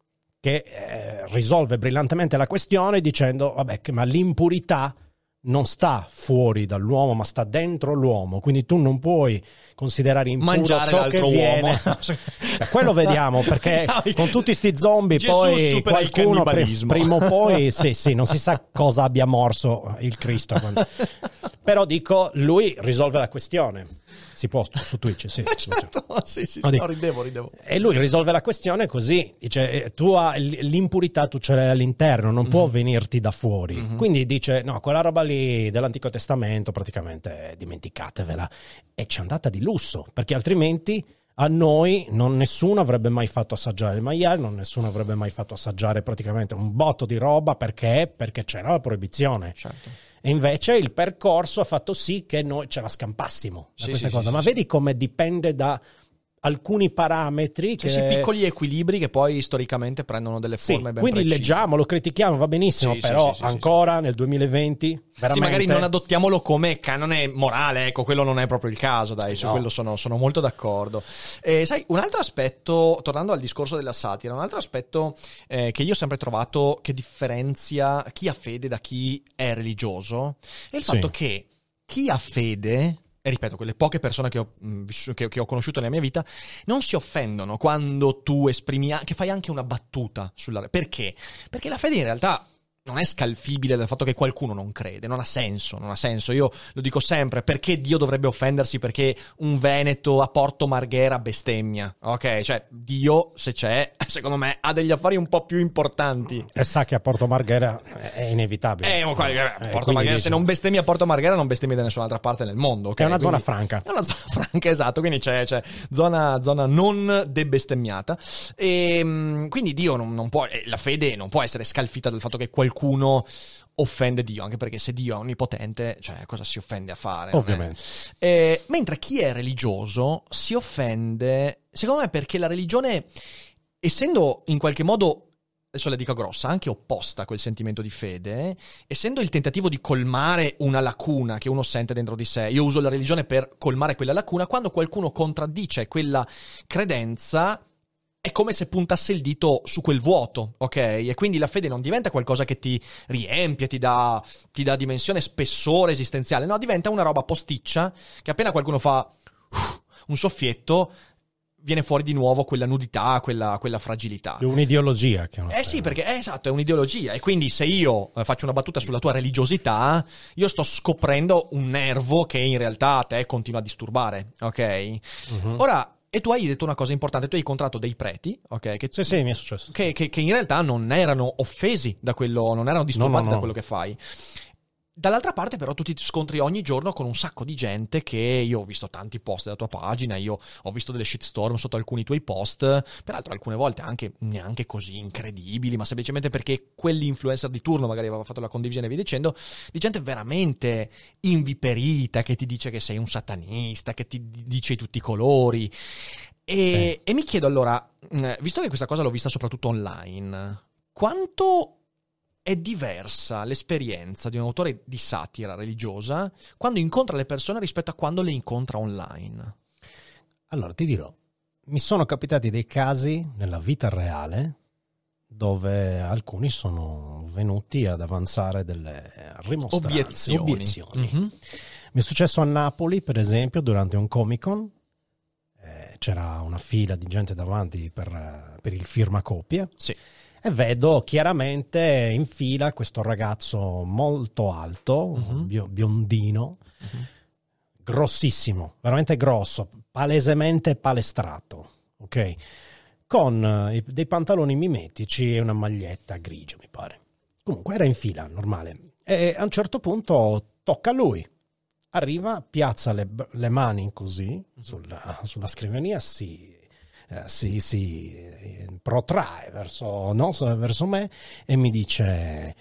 che risolve brillantemente la questione dicendo vabbè, ma l'impurità non sta fuori dall'uomo ma sta dentro l'uomo, quindi tu non puoi considerare impuro mangiare ciò che viene quello vediamo, perché con tutti sti zombie Gesù poi qualcuno prima o poi sì, non si sa cosa abbia morso il Cristo però dico, lui risolve la questione. Si può su Twitch, sì. Certo, sì, no, ridevo. E lui risolve la questione così, dice, tu l'impurità tu ce l'hai all'interno, non può venirti da fuori. Quindi dice, no, quella roba lì dell'Antico Testamento praticamente dimenticatevela. E c'è andata di lusso, perché altrimenti a noi nessuno avrebbe mai fatto assaggiare il maiale, nessuno avrebbe mai fatto assaggiare praticamente un botto di roba, perché c'era la proibizione. Certo. E invece il percorso ha fatto sì che noi ce la scampassimo da queste cose. Ma vedi come dipende da alcuni parametri che... piccoli equilibri che poi storicamente prendono delle forme ben precise. Quindi leggiamo, lo critichiamo, va benissimo, però ancora nel 2020 veramente... Sì, magari non adottiamolo come canone morale, ecco, quello non è proprio il caso, dai, su quello sono molto d'accordo. Sai, un altro aspetto, tornando al discorso della satira, un altro aspetto che io ho sempre trovato che differenzia chi ha fede da chi è religioso è il fatto che chi ha fede... E ripeto, quelle poche persone che ho conosciuto nella mia vita non si offendono quando tu esprimi, che fai anche una battuta sulla... Perché? Perché la fede in realtà non è scalfibile dal fatto che qualcuno non crede, non ha senso. Io lo dico sempre, perché Dio dovrebbe offendersi perché un veneto a Porto Marghera bestemmia? Ok, cioè Dio, se c'è, secondo me ha degli affari un po' più importanti. E sa che a Porto Marghera è inevitabile. Porto Marghera, se non bestemmia a Porto Marghera non bestemmia da nessun'altra parte nel mondo. Okay? È una zona franca. È una zona franca, esatto, quindi c'è zona non debestemmiata. E quindi Dio non può, la fede non può essere scalfita dal fatto che qualcuno offende Dio, anche perché se Dio è onnipotente, cioè cosa si offende a fare? Ovviamente. Mentre chi è religioso si offende, secondo me, perché la religione, essendo in qualche modo, adesso la dico grossa, anche opposta a quel sentimento di fede, essendo il tentativo di colmare una lacuna che uno sente dentro di sé, io uso la religione per colmare quella lacuna, quando qualcuno contraddice quella credenza è come se puntasse il dito su quel vuoto, ok? E quindi la fede non diventa qualcosa che ti riempie, ti dà dimensione, spessore esistenziale, no, diventa una roba posticcia che appena qualcuno fa un soffietto viene fuori di nuovo quella nudità, quella fragilità. È un'ideologia. Sì, perché esatto, è un'ideologia. E quindi se io faccio una battuta sulla tua religiosità, io sto scoprendo un nervo che in realtà a te continua a disturbare, ok? Ora... E tu hai detto una cosa importante, tu hai incontrato dei preti, ok? Sì, mi è successo. Che in realtà non erano offesi da quello, non erano disturbati da quello che fai. Dall'altra parte però tu ti scontri ogni giorno con un sacco di gente che io ho visto tanti post della tua pagina, io ho visto delle shitstorm sotto alcuni tuoi post, peraltro alcune volte anche neanche così incredibili, ma semplicemente perché quell'influencer di turno magari aveva fatto la condivisione e via dicendo, di gente veramente inviperita che ti dice che sei un satanista, che ti dice tutti i colori. E mi chiedo allora, visto che questa cosa l'ho vista soprattutto online, quanto è diversa l'esperienza di un autore di satira religiosa quando incontra le persone rispetto a quando le incontra online? Allora, ti dirò, mi sono capitati dei casi nella vita reale dove alcuni sono venuti ad avanzare delle rimostranze, obiezioni. Mi è successo a Napoli, per esempio, durante un Comic-Con. C'era una fila di gente davanti per il firmacopie. Sì. E vedo chiaramente in fila questo ragazzo molto alto, biondino, grossissimo, veramente grosso, palesemente palestrato, ok? Con dei pantaloni mimetici e una maglietta grigia, mi pare. Comunque era in fila, normale. E a un certo punto tocca a lui. Arriva, piazza le mani così sulla scrivania, si protrae verso me e mi dice: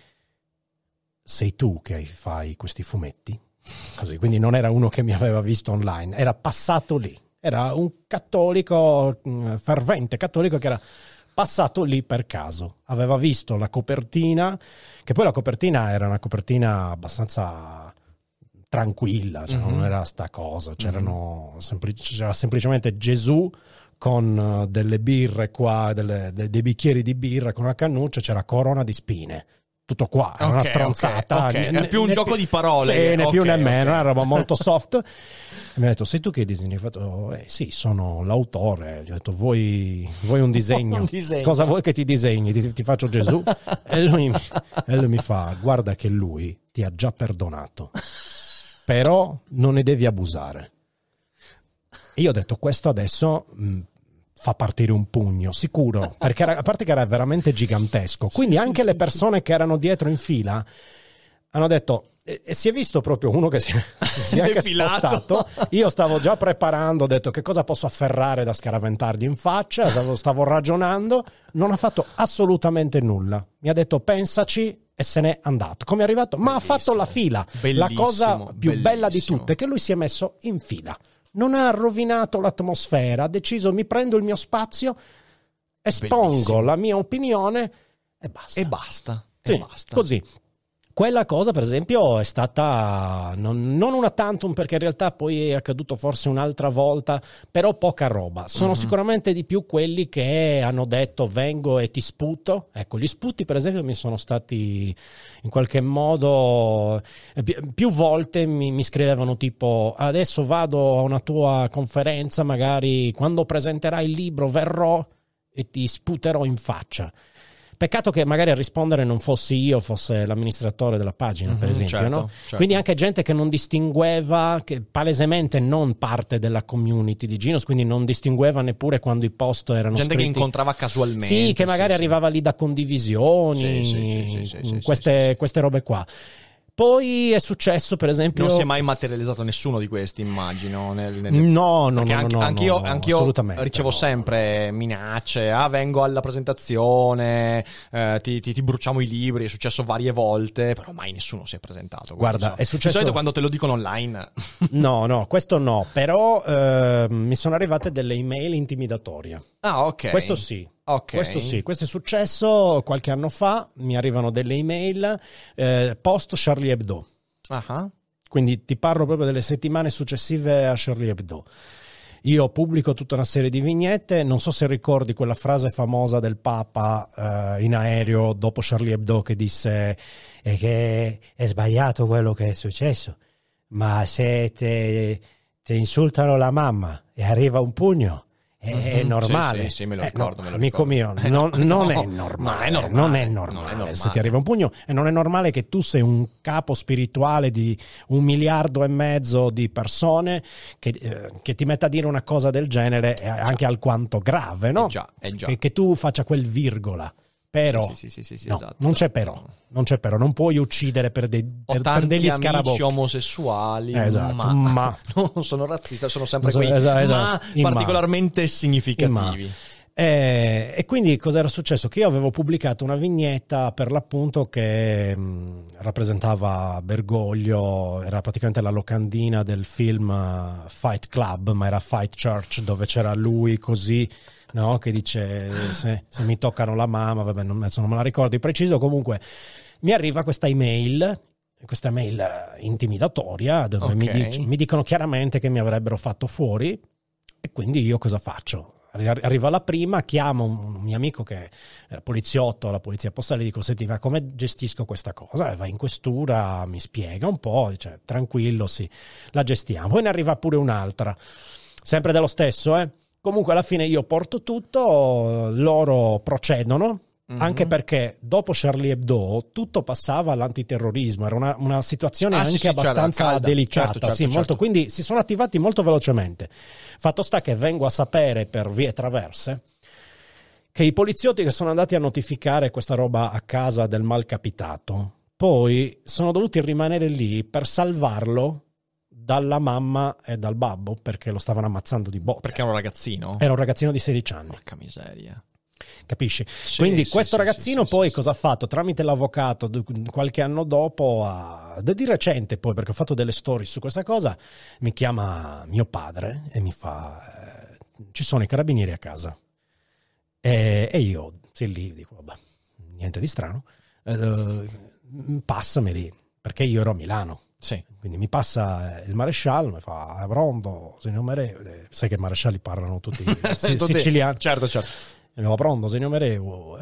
sei tu che fai questi fumetti? Così, quindi non era uno che mi aveva visto online, era passato lì. Era un cattolico, fervente cattolico, che era passato lì per caso. Aveva visto la copertina, che poi la copertina era una copertina abbastanza tranquilla, cioè non era sta cosa, c'era semplicemente Gesù con delle birre qua, dei bicchieri di birra con una cannuccia, c'era corona di spine. Tutto qua, era una stronzata. Era più un gioco di parole. Sì, né più né meno, era roba molto soft. E mi ha detto: sei tu che disegni? Ho fatto: sì, sono l'autore. Gli ho detto: vuoi un disegno? Cosa vuoi che ti disegni? Ti faccio Gesù? E lui mi fa: guarda che lui ti ha già perdonato, però non ne devi abusare. E io ho detto: questo adesso fa partire un pugno, sicuro, perché a parte che era veramente gigantesco, quindi anche le persone che erano dietro in fila hanno detto, e si è visto proprio uno che si è anche spostato. Io stavo già preparando, ho detto che cosa posso afferrare da scaraventargli in faccia, stavo ragionando, non ha fatto assolutamente nulla, mi ha detto pensaci e se n'è andato. Come è arrivato? Ma ha fatto la fila. La cosa più bella di tutte è che lui si è messo in fila. Non ha rovinato l'atmosfera, ha deciso: mi prendo il mio spazio, espongo la mia opinione e basta. E basta. Così. Quella cosa, per esempio, è stata non una tantum, perché in realtà poi è accaduto forse un'altra volta, però poca roba. Sono sicuramente di più quelli che hanno detto vengo e ti sputo. Ecco, gli sputi per esempio mi sono stati in qualche modo più volte mi scrivevano tipo: adesso vado a una tua conferenza, magari quando presenterai il libro verrò e ti sputerò in faccia. Peccato che magari a rispondere non fossi io, fosse l'amministratore della pagina, per esempio, certo, no? certo. Quindi anche gente che non distingueva, che palesemente non parte della community di Ginos, quindi non distingueva neppure quando i post erano gente scritti. Che incontrava casualmente. Sì, che magari arrivava lì da condivisioni, queste robe qua. Poi è successo, per esempio... Non si è mai materializzato nessuno di questi, immagino. No, Anch'io assolutamente ricevo sempre minacce. Vengo alla presentazione, ti bruciamo i libri. È successo varie volte, però mai nessuno si è presentato. Guarda, è successo... Di solito quando te lo dicono online. No, questo no. Però mi sono arrivate delle email intimidatorie. Ah, ok. Questo sì. Okay. Questo è successo qualche anno fa, mi arrivano delle email post Charlie Hebdo. Quindi ti parlo proprio delle settimane successive a Charlie Hebdo. Io pubblico tutta una serie di vignette, non so se ricordi quella frase famosa del Papa in aereo dopo Charlie Hebdo che disse che è sbagliato quello che è successo, ma se te insultano la mamma e arriva un pugno è normale. Sì, me lo ricordo. Amico mio, non è normale. Non è normale. Se ti arriva un pugno, e non è normale che tu sei un capo spirituale di 1,5 miliardi di persone che ti metta a dire una cosa del genere è anche alquanto grave, no? È già. Che tu faccia quel virgola. Però sì, no, esatto. Non c'è però, non puoi uccidere per degli scarabocchi. Amici omosessuali, esatto, ma non sono razzista, sono sempre quei ma particolarmente significativi. E quindi cosa era successo? Che io avevo pubblicato una vignetta per l'appunto che rappresentava Bergoglio, era praticamente la locandina del film Fight Club, ma era Fight Church, dove c'era lui così, no? Che dice se mi toccano la mamma, vabbè, non me la ricordo di preciso. Comunque mi arriva questa mail intimidatoria dove mi dicono chiaramente che mi avrebbero fatto fuori, e quindi io cosa faccio? Arriva la prima, chiamo un mio amico che era poliziotto alla polizia postale, dico: senti, ma come gestisco questa cosa? Va in questura, mi spiega un po', dice tranquillo, sì, la gestiamo. Poi ne arriva pure un'altra, sempre dello stesso, Comunque alla fine io porto tutto, loro procedono, Anche perché dopo Charlie Hebdo tutto passava all'antiterrorismo, era una situazione anche abbastanza delicata, certo. Quindi si sono attivati molto velocemente. Fatto sta che vengo a sapere per vie traverse che i poliziotti che sono andati a notificare questa roba a casa del malcapitato poi sono dovuti rimanere lì per salvarlo dalla mamma e dal babbo, perché lo stavano ammazzando di botte. Perché era un ragazzino? Era un ragazzino di 16 anni. Porca miseria. Capisci? Quindi questo ragazzino poi cosa ha fatto? Tramite l'avvocato qualche anno dopo, di recente poi, perché ho fatto delle storie su questa cosa, mi chiama mio padre e mi fa ci sono i carabinieri a casa. E io lì dico vabbè, niente di strano, passameli, perché io ero a Milano. Sì. Quindi mi passa il maresciallo, mi fa pronto, signor Mere, sai che i marescialli parlano tutti siciliani. Certo. E mi fa pronto, signor Mereu,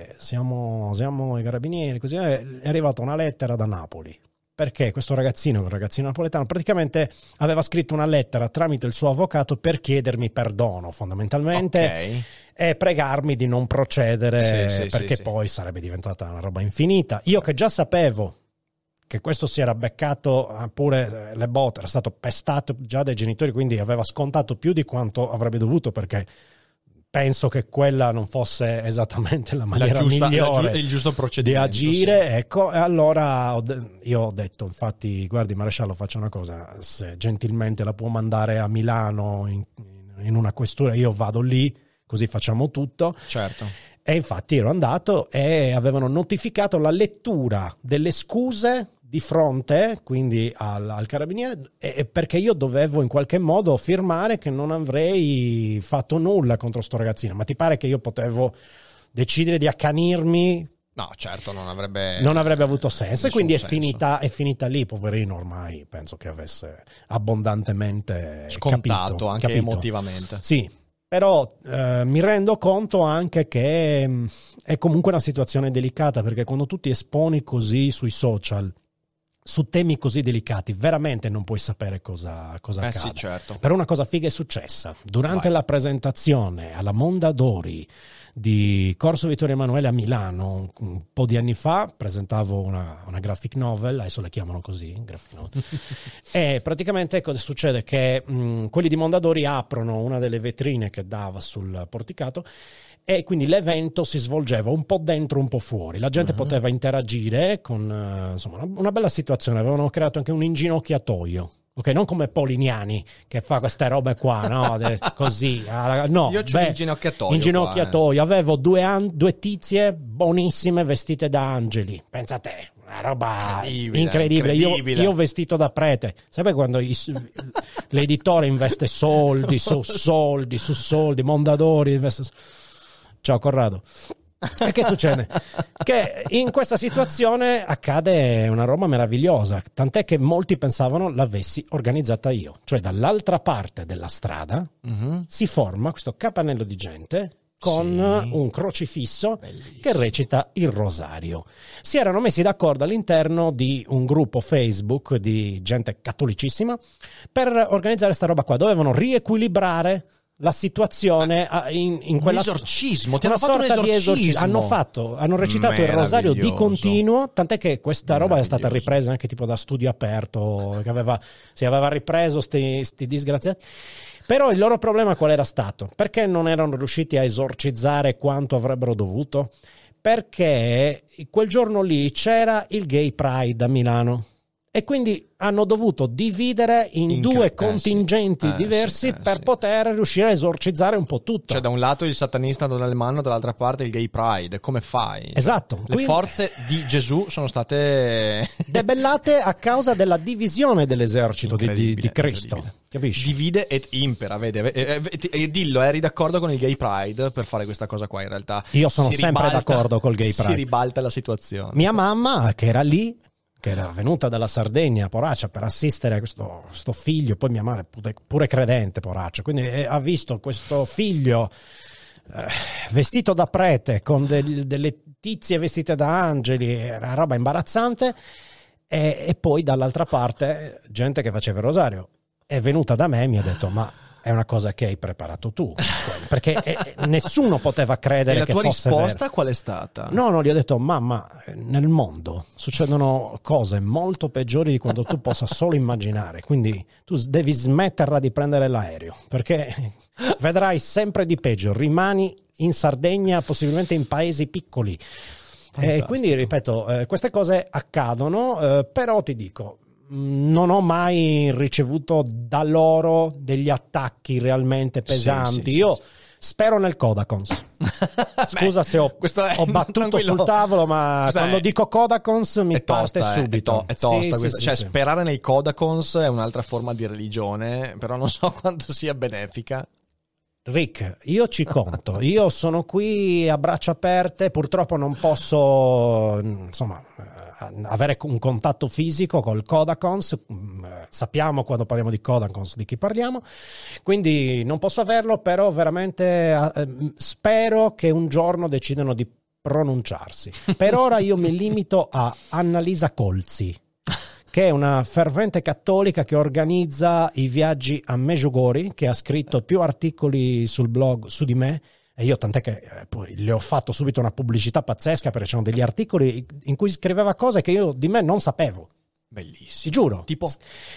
siamo i carabinieri, così è arrivata una lettera da Napoli, perché questo ragazzino, un ragazzino napoletano, praticamente aveva scritto una lettera tramite il suo avvocato per chiedermi perdono fondamentalmente, e pregarmi di non procedere perché poi sarebbe diventata una roba infinita. Io che già sapevo che questo si era beccato pure le botte, era stato pestato già dai genitori, quindi aveva scontato più di quanto avrebbe dovuto, perché penso che quella non fosse esattamente la maniera migliore il giusto procedimento di agire, ecco. E allora io ho detto, infatti, guardi maresciallo, faccio una cosa, se gentilmente la può mandare a Milano in una questura, io vado lì, così facciamo tutto. Certo. E infatti ero andato e avevano notificato la lettura delle scuse di fronte, quindi al carabiniere, perché io dovevo in qualche modo firmare che non avrei fatto nulla contro sto ragazzino. Ma ti pare che io potevo decidere di accanirmi? No, certo, non avrebbe avuto senso, e quindi è senso. finita lì, poverino, ormai penso che avesse abbondantemente scontato, anche capito. Emotivamente. Sì. Però mi rendo conto anche che è comunque una situazione delicata, perché quando tu ti esponi così sui social su temi così delicati veramente non puoi sapere cosa accade. Sì, certo. Però una cosa figa è successa durante la presentazione alla Mondadori di Corso Vittorio Emanuele a Milano un po' di anni fa. Presentavo una graphic novel, adesso la chiamano così, graphic novel. E praticamente cosa succede? Che quelli di Mondadori aprono una delle vetrine che dava sul porticato, e quindi l'evento si svolgeva un po' dentro, un po' fuori. La gente poteva interagire con insomma una bella situazione. Avevano creato anche un inginocchiatoio. Ok, non come Polignani che fa queste robe qua, no? Così, no. Io c'ho l'inginocchiatoio. Inginocchiatoio. Avevo due tizie buonissime vestite da angeli. Pensa a te, una roba incredibile. Io vestito da prete. Sai quando l'editore investe soldi su soldi, Mondadori investe. Ciao Corrado. E che succede? Che in questa situazione accade una roba meravigliosa, tant'è che molti pensavano l'avessi organizzata io. Cioè dall'altra parte della strada si forma questo capannello di gente con un crocifisso che recita il rosario. Si erano messi d'accordo all'interno di un gruppo Facebook di gente cattolicissima per organizzare sta roba qua. Dovevano riequilibrare la situazione in quella esorcismo, ti hanno fatto un esorcismo. Hanno recitato il rosario di continuo, tant'è che questa roba è stata ripresa anche tipo da Studio Aperto, che aveva ripreso sti disgraziati. Però il loro problema qual era stato? Perché non erano riusciti a esorcizzare quanto avrebbero dovuto? Perché quel giorno lì c'era il Gay Pride a Milano. E quindi hanno dovuto dividere in due contingenti diversi per poter riuscire a esorcizzare un po' tutto. Cioè da un lato il satanista Don Alemanno, dall'altra parte il Gay Pride. Come fai? Esatto. Le forze di Gesù sono state debellate a causa della divisione dell'esercito di Cristo. Capisci? Divide et impera, vede? E dillo, eri d'accordo con il Gay Pride per fare questa cosa qua in realtà? Io sono sempre d'accordo col Gay Pride. Si ribalta la situazione. Mia mamma, che era lì, che era venuta dalla Sardegna, poraccia, per assistere a questo figlio, poi mia madre pure credente, poraccia, quindi ha visto questo figlio vestito da prete con delle tizie vestite da angeli, era roba imbarazzante, e poi dall'altra parte gente che faceva il rosario. È venuta da me e mi ha detto: ma è una cosa che hai preparato tu, perché nessuno poteva credere che fosse vero. E la tua risposta qual è stata? No, gli ho detto, mamma, nel mondo succedono cose molto peggiori di quanto tu possa solo immaginare, quindi tu devi smetterla di prendere l'aereo, perché vedrai sempre di peggio, rimani in Sardegna, possibilmente in paesi piccoli. Quindi, ripeto, queste cose accadono, però ti dico, non ho mai ricevuto da loro degli attacchi realmente pesanti. Io spero nel Kodakons. Scusa se ho battuto sul tavolo, ma quando dico Kodakons mi parte subito. È tosta questa. Sperare nei Kodakons è un'altra forma di religione, però non so quanto sia benefica. Rick, io ci conto, io sono qui a braccia aperte, purtroppo non posso, avere un contatto fisico col Kodakons, sappiamo quando parliamo di Kodakons di chi parliamo, quindi non posso averlo, però veramente spero che un giorno decidano di pronunciarsi. Per ora io mi limito a Annalisa Colzi, che è una fervente cattolica che organizza i viaggi a Medjugorje, che ha scritto più articoli sul blog su di me, e io tant'è che poi le ho fatto subito una pubblicità pazzesca, perché c'erano degli articoli in cui scriveva cose che io di me non sapevo. Bellissimo. Ti giuro. Tipo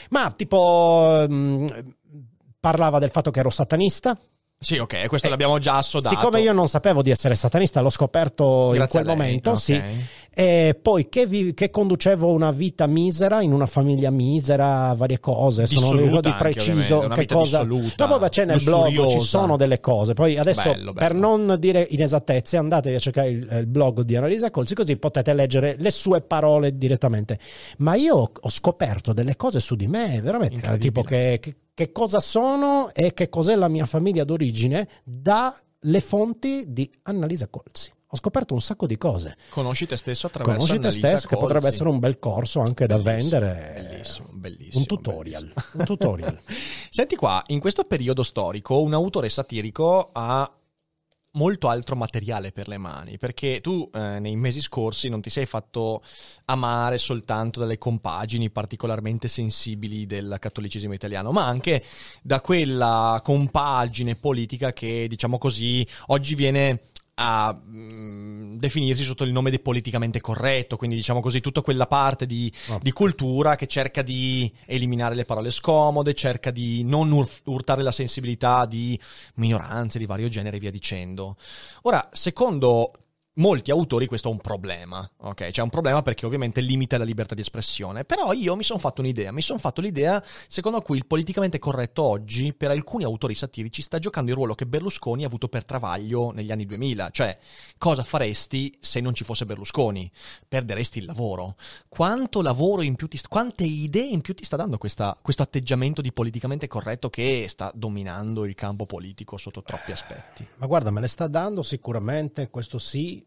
parlava del fatto che ero satanista. Sì, ok, questo l'abbiamo già assodato. Siccome io non sapevo di essere satanista, l'ho scoperto in quel momento, okay. Sì. E poi che conducevo una vita misera, in una famiglia misera, varie cose. Dissoluta, non ricordo di preciso una che vita cosa. dissoluta, No, poi c'è nel blog, ci sono delle cose. Poi adesso, bello. per non dire inesattezze, andatevi a cercare il blog di Annalisa Colzi, così potete leggere le sue parole direttamente. Ma io ho scoperto delle cose su di me, veramente, tipo che cosa sono e che cos'è la mia famiglia d'origine dalle fonti di Annalisa Colzi. Ho scoperto un sacco di cose. Conosci te stesso attraverso Conosci te stesso, che potrebbe essere un bel corso anche da vendere. Bellissimo. Un tutorial. Senti qua, in questo periodo storico un autore satirico ha molto altro materiale per le mani, perché tu nei mesi scorsi non ti sei fatto amare soltanto dalle compagini particolarmente sensibili del cattolicesimo italiano, ma anche da quella compagine politica che, diciamo così, oggi viene a definirsi sotto il nome di politicamente corretto, quindi diciamo così tutta quella parte di cultura che cerca di eliminare le parole scomode, cerca di non urtare la sensibilità di minoranze di vario genere e via dicendo. Ora, secondo molti autori questo è un problema, ok? Cioè un problema perché ovviamente limita la libertà di espressione, però io mi sono fatto l'idea secondo cui il politicamente corretto oggi per alcuni autori satirici sta giocando il ruolo che Berlusconi ha avuto per Travaglio negli anni 2000, cioè cosa faresti se non ci fosse Berlusconi? Perderesti il lavoro. Quanto lavoro in più quante idee in più ti sta dando questo atteggiamento di politicamente corretto che sta dominando il campo politico sotto troppi aspetti? Ma guarda, me le sta dando sicuramente, questo sì.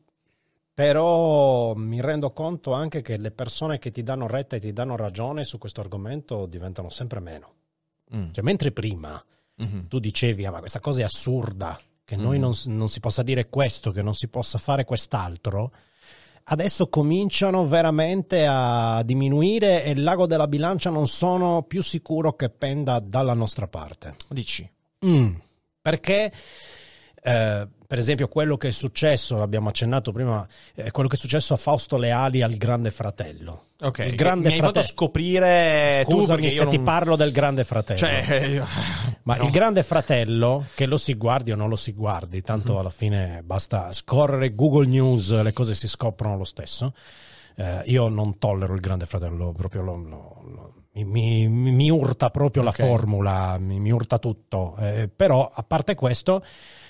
Però mi rendo conto anche che le persone che ti danno retta e ti danno ragione su questo argomento diventano sempre meno. Cioè, mentre prima tu dicevi, ma questa cosa è assurda, che noi non si possa dire questo, che non si possa fare quest'altro, adesso cominciano veramente a diminuire e il l'ago della bilancia non sono più sicuro che penda dalla nostra parte. Dici? Perché... per esempio quello che è successo, l'abbiamo accennato prima, quello che è successo a Fausto Leali al Grande Fratello. Ok, il Grande mi hai fatto scoprire Scusami tu se ti parlo del Grande Fratello. Ma il Grande Fratello, che lo si guardi o non lo si guardi, tanto alla fine basta scorrere Google News, le cose si scoprono lo stesso. Io non tollero il Grande Fratello, proprio mi urta proprio la formula, mi urta tutto. Però a parte questo,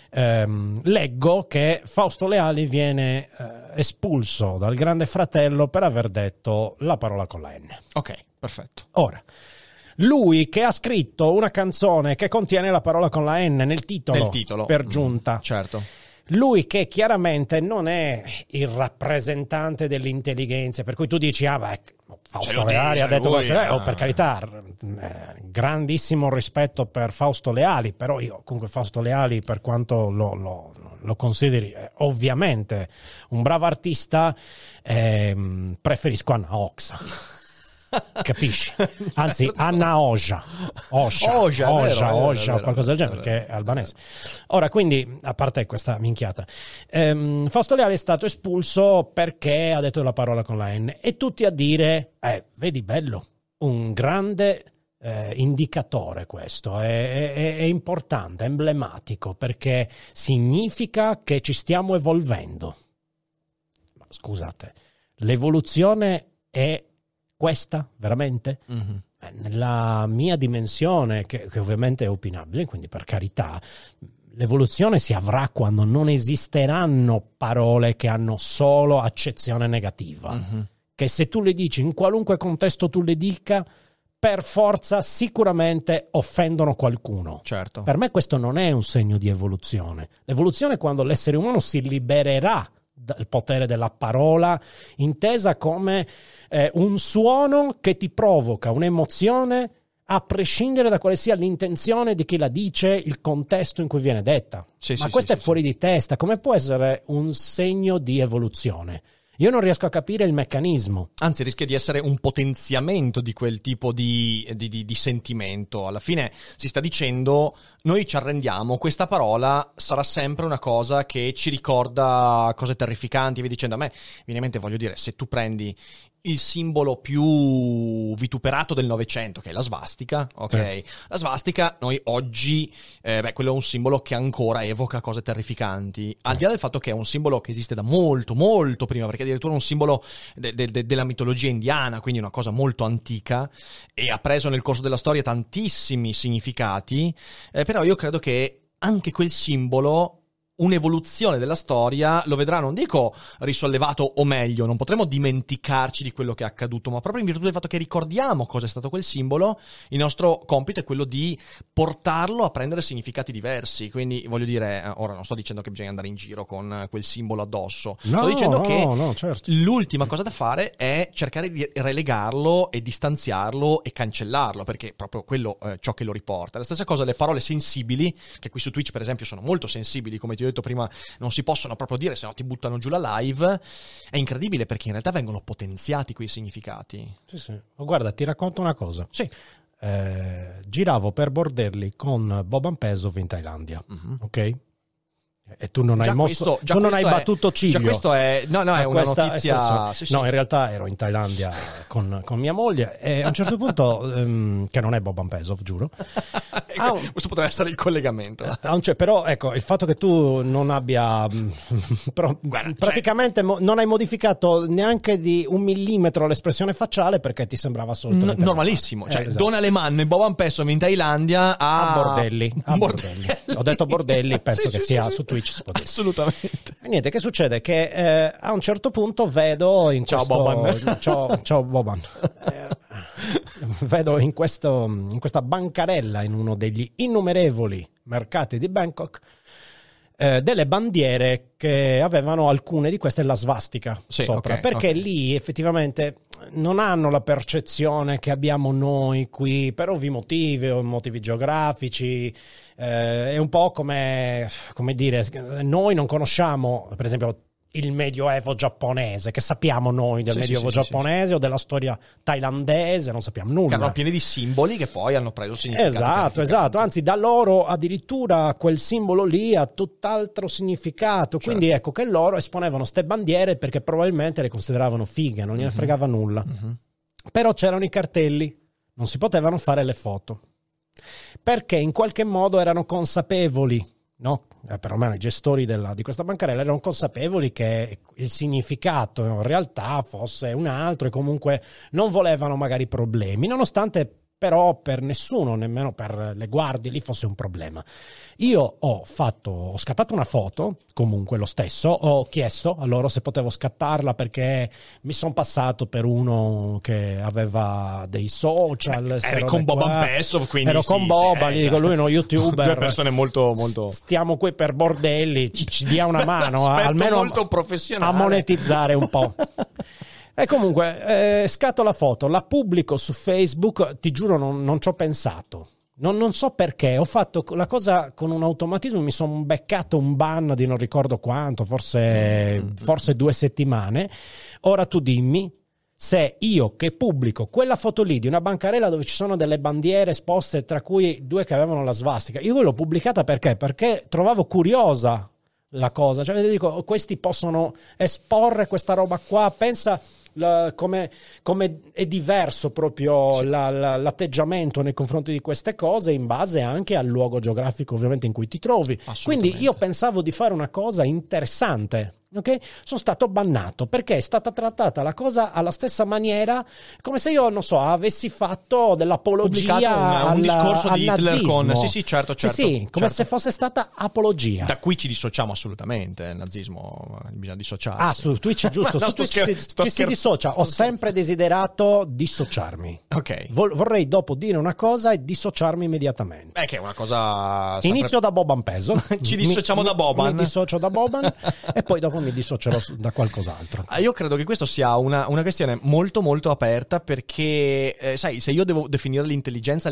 leggo che Fausto Leali viene espulso dal Grande Fratello per aver detto la parola con la N. Ok, perfetto. Ora, lui che ha scritto una canzone che contiene la parola con la N nel titolo. Per giunta. Certo. Lui che chiaramente non è il rappresentante dell'intelligenza, per cui tu dici, Fausto Leali ha detto questo, per carità, grandissimo rispetto per Fausto Leali, però io comunque Fausto Leali, per quanto lo consideri ovviamente un bravo artista, preferisco Anna Oxa. capisci? Anzi, Anna Osha, qualcosa del genere, perché è albanese. Ora, quindi, a parte questa minchiata, Fausto Leali è stato espulso perché ha detto la parola con la N, e tutti a dire, vedi, bello, un grande indicatore questo, è importante, è emblematico, perché significa che ci stiamo evolvendo. Ma scusate, l'evoluzione è questa, veramente? Mm-hmm. Nella mia dimensione, che ovviamente è opinabile, quindi per carità, l'evoluzione si avrà quando non esisteranno parole che hanno solo accezione negativa. Mm-hmm. Che se tu le dici, in qualunque contesto tu le dica, per forza sicuramente offendono qualcuno. Certo. Per me questo non è un segno di evoluzione. L'evoluzione è quando l'essere umano si libererà dal potere della parola, intesa come un suono che ti provoca un'emozione a prescindere da quale sia l'intenzione di chi la dice, il contesto in cui viene detta. Ma questo è fuori di testa. Come può essere un segno di evoluzione? Io non riesco a capire il meccanismo. Anzi, rischia di essere un potenziamento di quel tipo di sentimento. Alla fine si sta dicendo, noi ci arrendiamo, questa parola sarà sempre una cosa che ci ricorda cose terrificanti, vi dicendo, a me viene in mente, voglio dire, se tu prendi il simbolo più vituperato del Novecento, che è la svastica, ok? Sì. La svastica, noi oggi, quello è un simbolo che ancora evoca cose terrificanti, al di là del fatto che è un simbolo che esiste da molto, molto prima, perché addirittura è un simbolo della mitologia indiana, quindi una cosa molto antica, e ha preso nel corso della storia tantissimi significati, però io credo che anche quel simbolo, un'evoluzione della storia, lo vedrà, non dico risollevato, o meglio, non potremo dimenticarci di quello che è accaduto, ma proprio in virtù del fatto che ricordiamo cosa è stato quel simbolo, il nostro compito è quello di portarlo a prendere significati diversi. Quindi voglio dire, ora non sto dicendo che bisogna andare in giro con quel simbolo addosso, sto dicendo che certo, l'ultima cosa da fare è cercare di relegarlo e distanziarlo e cancellarlo, perché proprio quello ciò che lo riporta. La stessa cosa le parole sensibili, che qui su Twitch per esempio sono molto sensibili, come ti ho detto prima, non si possono proprio dire, se no ti buttano giù la live. È incredibile perché in realtà vengono potenziati quei significati. Sì. Oh, guarda, ti racconto una cosa. Sì. Giravo per bordelli con Boban Pesov in Thailandia, ok? E tu non hai mosso, tu non hai battuto ciglio. Già questo è, no, è una notizia. Sì. No, in realtà ero in Thailandia con mia moglie e a un certo punto, che non è Boban Pesov, giuro. Questo potrebbe essere il collegamento. Però ecco, il fatto che tu non abbia praticamente non hai modificato neanche di 1 millimetro l'espressione facciale, perché ti sembrava assolutamente normalissimo. Esatto. Don Alemanno e Boban Pesov in Thailandia a bordelli. Ho detto bordelli, penso che sia su Twitch. Assolutamente. E niente, che succede? Che a un certo punto vedo in ciao questo... Boban. Ciao Boban. Vedo in questa bancarella, in uno degli innumerevoli mercati di Bangkok, delle bandiere che avevano alcune di queste la svastica sopra, perché lì effettivamente non hanno la percezione che abbiamo noi qui, per ovvi motivi o motivi geografici. È un po' come dire, noi non conosciamo per esempio il medioevo giapponese, che sappiamo noi del medioevo giapponese o della storia thailandese, non sappiamo nulla. Che erano pieni di simboli che poi hanno preso significato. Esatto, anzi da loro addirittura quel simbolo lì ha tutt'altro significato, quindi ecco che loro esponevano ste bandiere perché probabilmente le consideravano fighe, non gliene fregava nulla. Però c'erano i cartelli, non si potevano fare le foto, perché in qualche modo erano consapevoli, no? Perlomeno i gestori di questa bancarella erano consapevoli che il significato in realtà fosse un altro e comunque non volevano magari problemi, nonostante però per nessuno, nemmeno per le guardie, lì fosse un problema. Io ho scattato una foto, comunque lo stesso, ho chiesto a loro se potevo scattarla perché mi sono passato per uno che aveva dei social. Eri con Boban Pesov, quindi ero con Boban, gli dico, lui è uno youtuber. Due persone molto, molto... Stiamo qui per bordelli, ci dia una mano, almeno molto professionale, a monetizzare un po'. E comunque scatto la foto, la pubblico su Facebook, ti giuro non ci ho pensato, non so perché, ho fatto la cosa con un automatismo, mi sono beccato un ban di non ricordo quanto, forse 2 settimane. Ora tu dimmi se io che pubblico quella foto lì di una bancarella dove ci sono delle bandiere esposte, tra cui 2 che avevano la svastica, io l'ho pubblicata perché trovavo curiosa la cosa, cioè dico, questi possono esporre questa roba qua, pensa come è diverso proprio sì, l'atteggiamento nei confronti di queste cose in base anche al luogo geografico ovviamente in cui ti trovi. Quindi io pensavo di fare una cosa interessante, ok? Sono stato bannato perché è stata trattata la cosa alla stessa maniera come se io, non so, avessi fatto dell'apologia un discorso al di Hitler nazismo. con sì, certo. Sì, come se fosse stata apologia. Da qui ci dissociamo assolutamente, il nazismo bisogna dissociarsi. Ah, su Twitch giusto, no, su Twitch si dissocia. Ho sempre desiderato dissociarmi. Ok. Vorrei dopo dire una cosa e dissociarmi immediatamente. Che è una cosa sempre... Inizio da Boban Peso. Ci dissociamo da Boban. Mi dissocio da Boban e poi dopo mi dissocierò da qualcos'altro. Io credo che questo sia una questione molto molto aperta, perché sai, se io devo definire l'intelligenza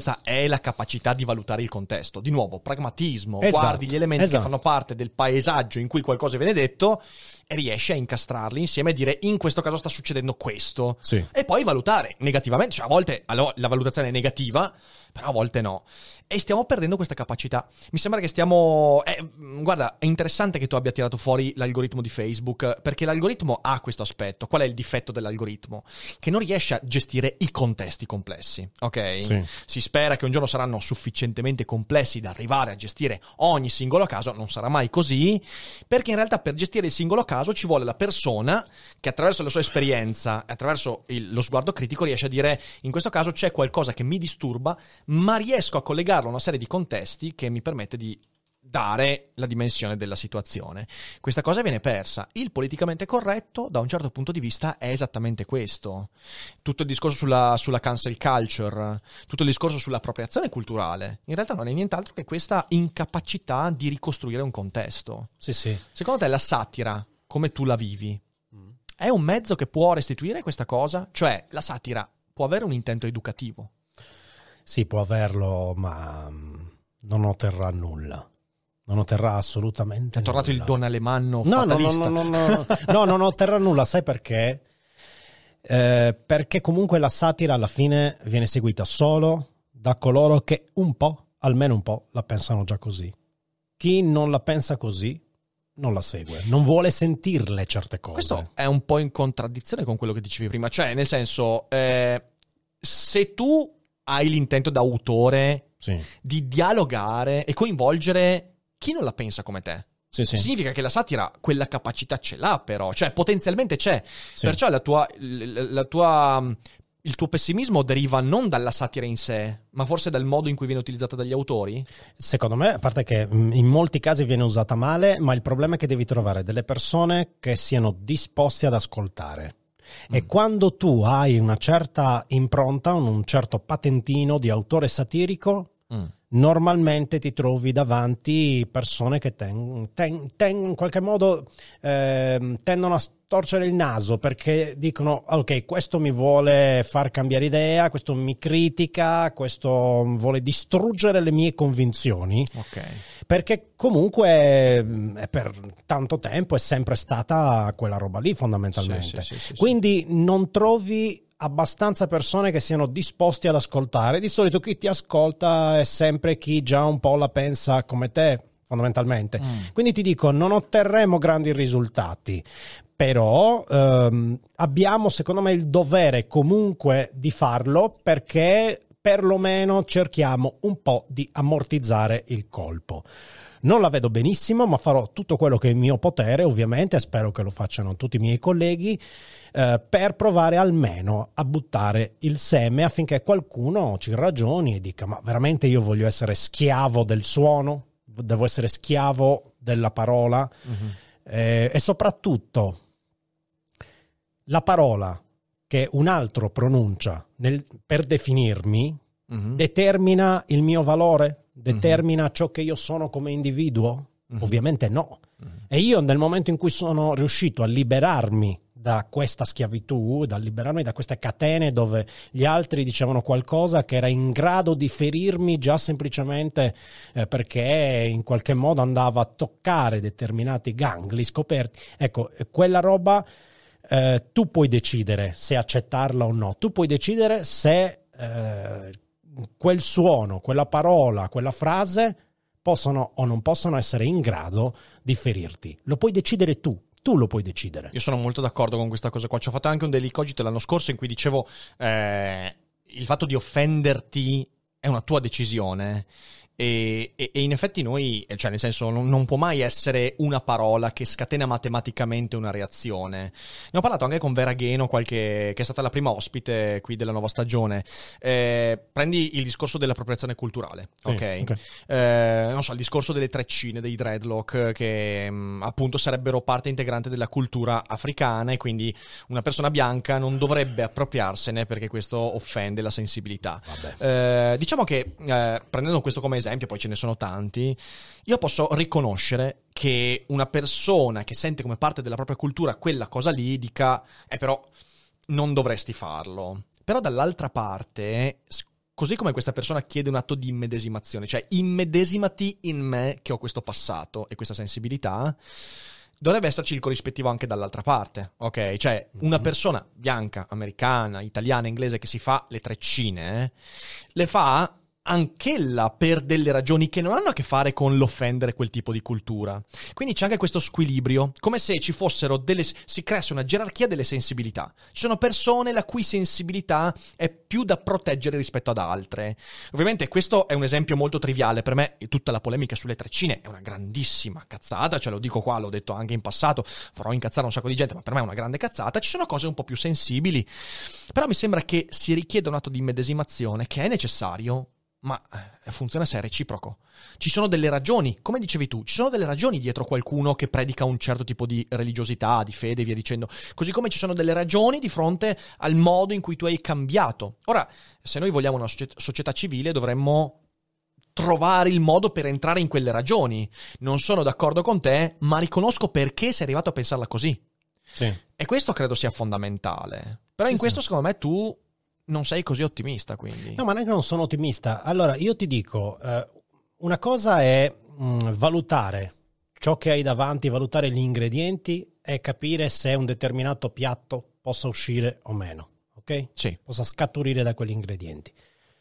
è la capacità di valutare il contesto. Di nuovo, pragmatismo, esatto, guardi gli elementi che fanno parte del paesaggio in cui qualcosa viene detto e riesci a incastrarli insieme e dire in questo caso sta succedendo questo, sì, e poi valutare negativamente, cioè a volte la valutazione è negativa, però a volte no, e stiamo perdendo questa capacità. Mi sembra che stiamo guarda, è interessante che tu abbia tirato fuori l'algoritmo di Facebook, perché l'algoritmo ha questo aspetto. Qual è il difetto dell'algoritmo? Che non riesce a gestire i contesti complessi, ok? Sì. Si spera che un giorno saranno sufficientemente complessi da arrivare a gestire ogni singolo caso. Non sarà mai così, perché in realtà per gestire il singolo caso ci vuole la persona che attraverso la sua esperienza, attraverso lo sguardo critico, riesce a dire in questo caso c'è qualcosa che mi disturba, ma riesco a collegarlo a una serie di contesti che mi permette di dare la dimensione della situazione. Questa cosa viene persa. Il politicamente corretto, da un certo punto di vista, è esattamente questo. Tutto il discorso sulla cancel culture, tutto il discorso sull'appropriazione culturale, in realtà non è nient'altro che questa incapacità di ricostruire un contesto. Sì, sì. Secondo te la satira, come tu la vivi, è un mezzo che può restituire questa cosa? Cioè, la satira può avere un intento educativo? Sì, può averlo, ma non otterrà nulla. Non otterrà assolutamente nulla. È tornato il Don Alemanno no, fatalista. No, non otterrà nulla. Sai perché? Perché comunque la satira alla fine viene seguita solo da coloro che un po', almeno un po', la pensano già così. Chi non la pensa così non la segue, non vuole sentirle certe cose. Questo è un po' in contraddizione con quello che dicevi prima. Cioè, nel senso, se tu hai l'intento da autore di dialogare e coinvolgere chi non la pensa come te, significa che la satira quella capacità ce l'ha, però, cioè potenzialmente c'è. Perciò il tuo pessimismo deriva non dalla satira in sé, ma forse dal modo in cui viene utilizzata dagli autori? Secondo me, a parte che in molti casi viene usata male, ma il problema è che devi trovare delle persone che siano disposte ad ascoltare. E quando tu hai una certa impronta, un certo patentino di autore satirico, normalmente ti trovi davanti persone che in qualche modo tendono a storcere il naso, perché dicono ok, questo mi vuole far cambiare idea, questo mi critica, questo vuole distruggere le mie convinzioni, perché comunque per tanto tempo è sempre stata quella roba lì fondamentalmente. Quindi non trovi abbastanza persone che siano disposti ad ascoltare. Di solito chi ti ascolta è sempre chi già un po' la pensa come te, fondamentalmente. Quindi ti dico, non otterremo grandi risultati, però abbiamo secondo me il dovere comunque di farlo, perché perlomeno cerchiamo un po' di ammortizzare il colpo. Non la vedo benissimo, ma farò tutto quello che è in mio potere, ovviamente, spero che lo facciano tutti i miei colleghi, per provare almeno a buttare il seme affinché qualcuno ci ragioni e dica: ma veramente io voglio essere schiavo del suono? Devo essere schiavo della parola? E soprattutto la parola che un altro pronuncia per definirmi determina il mio valore? Determina ciò che io sono come individuo? Ovviamente no. E io nel momento in cui sono riuscito a liberarmi da questa schiavitù, da liberarmi da queste catene dove gli altri dicevano qualcosa che era in grado di ferirmi già semplicemente perché in qualche modo andava a toccare determinati gangli scoperti, ecco, quella roba tu puoi decidere se accettarla o no, tu puoi decidere se quel suono, quella parola, quella frase possono o non possono essere in grado di ferirti. Lo puoi decidere tu lo puoi decidere. Io sono molto d'accordo con questa cosa qua. Ci ho fatto anche un Daily Cogito l'anno scorso in cui dicevo il fatto di offenderti è una tua decisione. E in effetti noi, cioè nel senso, non può mai essere una parola che scatena matematicamente una reazione. Ne ho parlato anche con Vera Gheno, che è stata la prima ospite qui della nuova stagione. Prendi il discorso dell'appropriazione culturale, sì, ok? Non so, il discorso delle treccine, dei dreadlock, che appunto sarebbero parte integrante della cultura africana, e quindi una persona bianca non dovrebbe appropriarsene perché questo offende la sensibilità. Diciamo che prendendo questo come esempio, poi ce ne sono tanti, io posso riconoscere che una persona che sente come parte della propria cultura quella cosa lì dica però non dovresti farlo. Però dall'altra parte, così come questa persona chiede un atto di immedesimazione, cioè immedesimati in me che ho questo passato e questa sensibilità, dovrebbe esserci il corrispettivo anche dall'altra parte, ok? Cioè una persona bianca, americana, italiana, inglese che si fa le treccine, le fa anch'ella per delle ragioni che non hanno a che fare con l'offendere quel tipo di cultura. Quindi c'è anche questo squilibrio, come se ci fossero si creasse una gerarchia delle sensibilità. Ci sono persone la cui sensibilità è più da proteggere rispetto ad altre. Ovviamente questo è un esempio molto triviale. Per me tutta la polemica sulle treccine è una grandissima cazzata, cioè lo dico qua, l'ho detto anche in passato, farò incazzare un sacco di gente, ma per me è una grande cazzata. Ci sono cose un po' più sensibili, però mi sembra che si richieda un atto di immedesimazione che è necessario, ma funziona se è reciproco. Ci sono delle ragioni, come dicevi tu, ci sono delle ragioni dietro qualcuno che predica un certo tipo di religiosità, di fede e via dicendo, così come ci sono delle ragioni di fronte al modo in cui tu hai cambiato. Ora, se noi vogliamo una società civile, dovremmo trovare il modo per entrare in quelle ragioni. Non sono d'accordo con te, ma riconosco perché sei arrivato a pensarla così. Sì. E questo credo sia fondamentale. Però in questo, secondo me, tu non sei così ottimista, quindi. No, ma non è che non sono ottimista. Allora, io ti dico, una cosa è valutare ciò che hai davanti, valutare gli ingredienti e capire se un determinato piatto possa uscire o meno, ok? Sì. Possa scaturire da quegli ingredienti.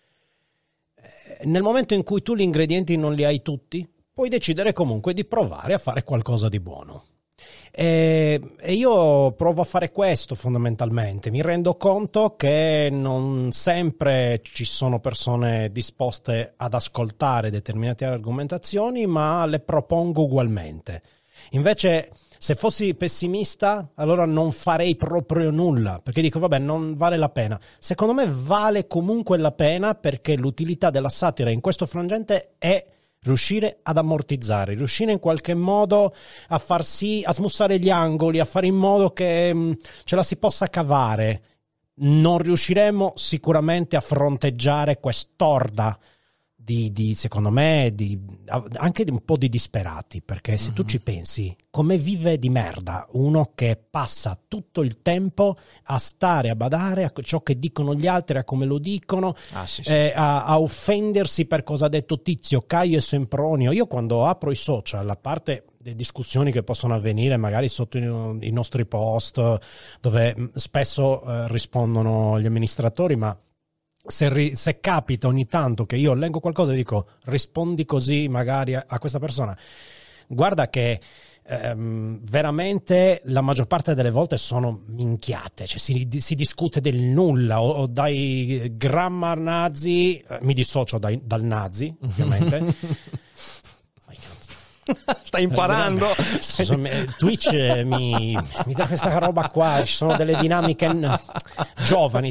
Nel momento in cui tu gli ingredienti non li hai tutti, puoi decidere comunque di provare a fare qualcosa di buono. E io provo a fare questo fondamentalmente. Mi rendo conto che non sempre ci sono persone disposte ad ascoltare determinate argomentazioni, ma le propongo ugualmente. Invece, se fossi pessimista, allora non farei proprio nulla, perché dico vabbè, non vale la pena. Secondo me vale comunque la pena, perché l'utilità della satira in questo frangente è riuscire ad ammortizzare, riuscire in qualche modo a far sì, a smussare gli angoli, a fare in modo che ce la si possa cavare. Non riusciremo sicuramente a fronteggiare quest'orda di secondo me, anche un po' di disperati, perché se tu ci pensi, come vive di merda uno che passa tutto il tempo a stare a badare a ciò che dicono gli altri, a come lo dicono, a offendersi per cosa ha detto Tizio, Caio e Sempronio. Io quando apro i social, a parte le discussioni che possono avvenire magari sotto i nostri post, dove spesso rispondono gli amministratori, ma se capita ogni tanto che io leggo qualcosa e dico rispondi così magari a questa persona, guarda che veramente la maggior parte delle volte sono minchiate, cioè si discute del nulla, o dai grammar nazi, mi dissocio dal nazi ovviamente. Stai imparando. Twitch mi dà questa roba qua, ci sono delle dinamiche giovani.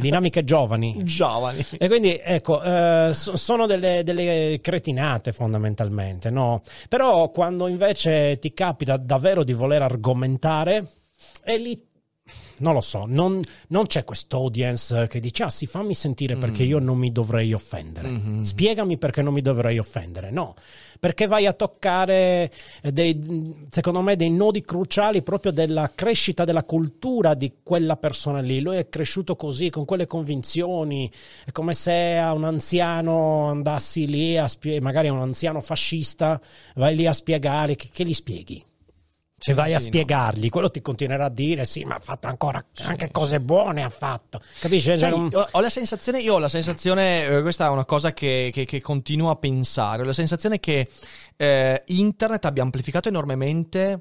E quindi ecco, sono delle cretinate fondamentalmente, no? Però quando invece ti capita davvero di voler argomentare, è lì, non lo so, non c'è quest'audience che dice sì, fammi sentire perché io non mi dovrei offendere, spiegami perché non mi dovrei offendere. No, perché vai a toccare secondo me dei nodi cruciali proprio della crescita della cultura di quella persona lì. Lui è cresciuto così, con quelle convinzioni, è come se a un anziano andassi lì magari a un anziano fascista, vai lì a spiegare, che gli spieghi? Se vai a spiegargli, quello ti continuerà a dire sì, ma ha fatto ancora anche cose buone, ha fatto, capisci? Ho la sensazione, questa è una cosa che continuo a pensare, ho la sensazione che internet abbia amplificato enormemente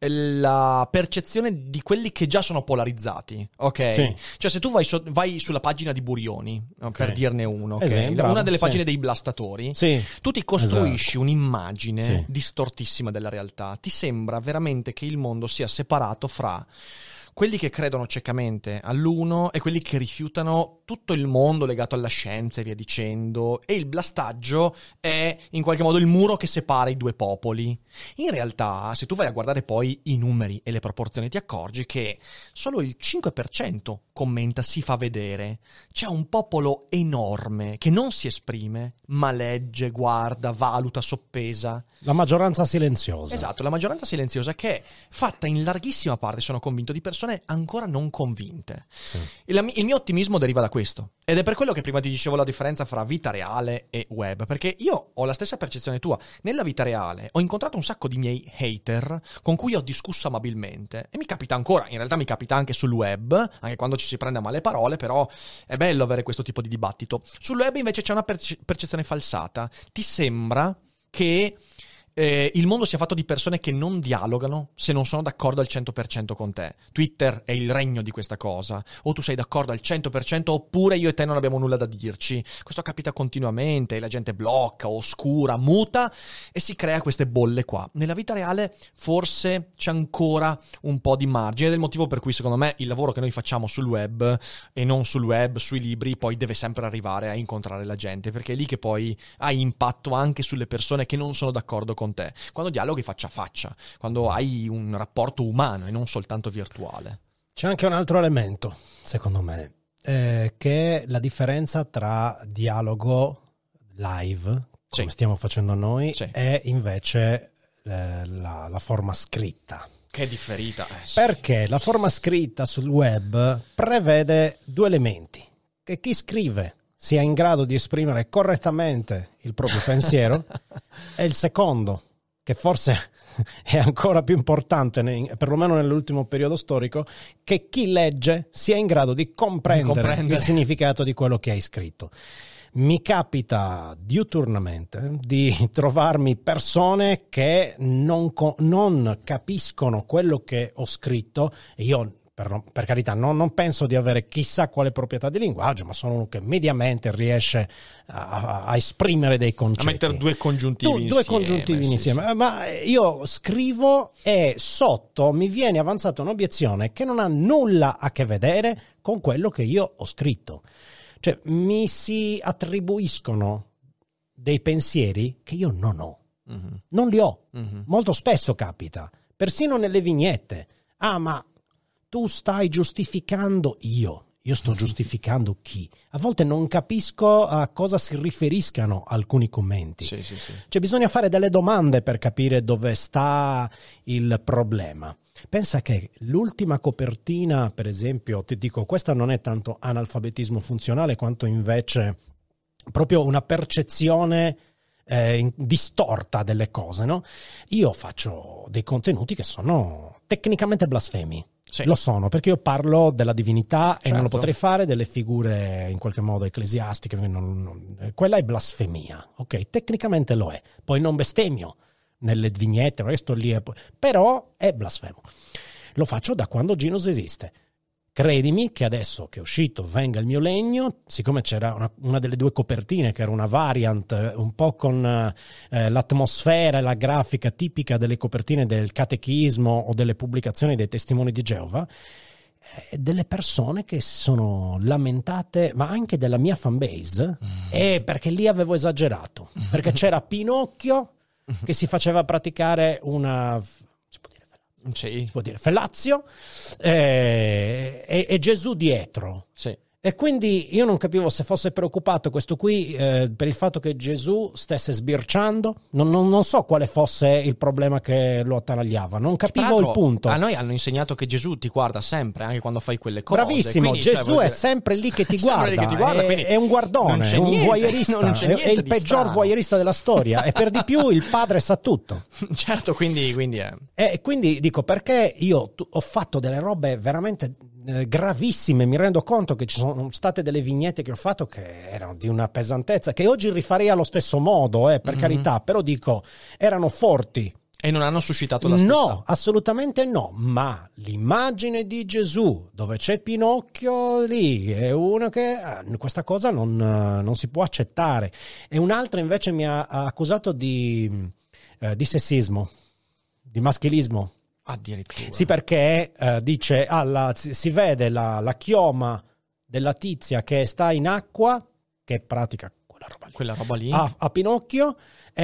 la percezione di quelli che già sono polarizzati, ok? Sì. Cioè se tu vai sulla pagina di Burioni, per dirne uno, okay? Esempio, una delle pagine dei blastatori, tu ti costruisci un'immagine distortissima della realtà, ti sembra veramente che il mondo sia separato fra quelli che credono ciecamente all'uno e quelli che rifiutano tutto il mondo legato alla scienza e via dicendo, e il blastaggio è in qualche modo il muro che separa i due popoli. In realtà, se tu vai a guardare poi i numeri e le proporzioni, ti accorgi che solo il 5% commenta, si fa vedere. C'è un popolo enorme che non si esprime, ma legge, guarda, valuta, soppesa. La maggioranza silenziosa. Esatto, la maggioranza silenziosa, che è fatta in larghissima parte, sono convinto, di persone ancora non convinte. Sì. Il mio ottimismo deriva da questo, ed è per quello che prima ti dicevo la differenza fra vita reale e web, perché io ho la stessa percezione tua. Nella vita reale ho incontrato un sacco di miei hater con cui ho discusso amabilmente, e mi capita ancora, in realtà mi capita anche sul web, anche quando ci si prende a male parole, però è bello avere questo tipo di dibattito. Sul web invece c'è una percezione falsata, ti sembra che il mondo sia fatto di persone che non dialogano se non sono d'accordo al 100% con te. Twitter è il regno di questa cosa. O tu sei d'accordo al 100% oppure io e te non abbiamo nulla da dirci. Questo capita continuamente, la gente blocca, oscura, muta e si crea queste bolle qua. Nella vita reale forse c'è ancora un po' di margine, del motivo per cui secondo me il lavoro che noi facciamo sul web e non sul web, sui libri, poi deve sempre arrivare a incontrare la gente, perché è lì che poi hai impatto anche sulle persone che non sono d'accordo con te, quando dialoghi faccia a faccia, quando hai un rapporto umano e non soltanto virtuale. C'è anche un altro elemento, secondo me, che è la differenza tra dialogo live, come stiamo facendo noi, e invece la forma scritta. Che è differita. Perché la forma scritta sul web prevede due elementi: che chi scrive sia in grado di esprimere correttamente il proprio pensiero e il secondo, che forse è ancora più importante, perlomeno nell'ultimo periodo storico, che chi legge sia in grado di comprendere il significato di quello che hai scritto. Mi capita diuturnamente di trovarmi persone che non capiscono quello che ho scritto, e io per carità non penso di avere chissà quale proprietà di linguaggio, ma sono uno che mediamente riesce a esprimere dei concetti, a mettere due congiuntivi insieme. Ma io scrivo e sotto mi viene avanzata un'obiezione che non ha nulla a che vedere con quello che io ho scritto. Cioè mi si attribuiscono dei pensieri che io non ho. Non li ho. Molto spesso capita, persino nelle vignette. Ah, ma tu stai giustificando io sto giustificando chi? A volte non capisco a cosa si riferiscano alcuni commenti. Sì. Cioè bisogna fare delle domande per capire dove sta il problema. Pensa che l'ultima copertina, per esempio, ti dico, questa non è tanto analfabetismo funzionale quanto invece proprio una percezione distorta delle cose, no? Io faccio dei contenuti che sono tecnicamente blasfemi. Sì. Lo sono, perché io parlo della divinità e non lo potrei fare delle figure in qualche modo ecclesiastiche. Quella è blasfemia, ok? Tecnicamente lo è. Poi non bestemmio nelle vignette, questo lì però è blasfemo. Lo faccio da quando Genus esiste. Credimi che adesso che è uscito Venga il mio legno, siccome c'era una delle due copertine che era una variant un po' con l'atmosfera e la grafica tipica delle copertine del catechismo o delle pubblicazioni dei testimoni di Geova, delle persone che si sono lamentate, ma anche della mia fanbase, perché lì avevo esagerato, perché c'era Pinocchio che si faceva praticare una... si può dire fellazio, e Gesù dietro. Sì. E quindi io non capivo se fosse preoccupato questo qui per il fatto che Gesù stesse sbirciando. Non so quale fosse il problema che lo attanagliava. Non capivo il punto. A noi hanno insegnato che Gesù ti guarda sempre, anche quando fai quelle cose. Bravissimo, quindi, Gesù è sempre lì che ti guarda. È un guardone, è un voyeurista. È il peggior voyeurista della storia. E per di più il padre sa tutto. Certo, quindi è... E quindi dico, perché io ho fatto delle robe veramente gravissime. Mi rendo conto che ci sono state delle vignette che ho fatto che erano di una pesantezza che oggi rifarei allo stesso modo, per carità, però dico, erano forti. E non hanno suscitato la stessa? No, assolutamente no, ma l'immagine di Gesù dove c'è Pinocchio lì è uno che questa cosa non si può accettare. E un'altra invece mi ha accusato di sessismo, di maschilismo. Addirittura. Sì, perché dice si vede la chioma della tizia che sta in acqua, che pratica quella roba lì a Pinocchio,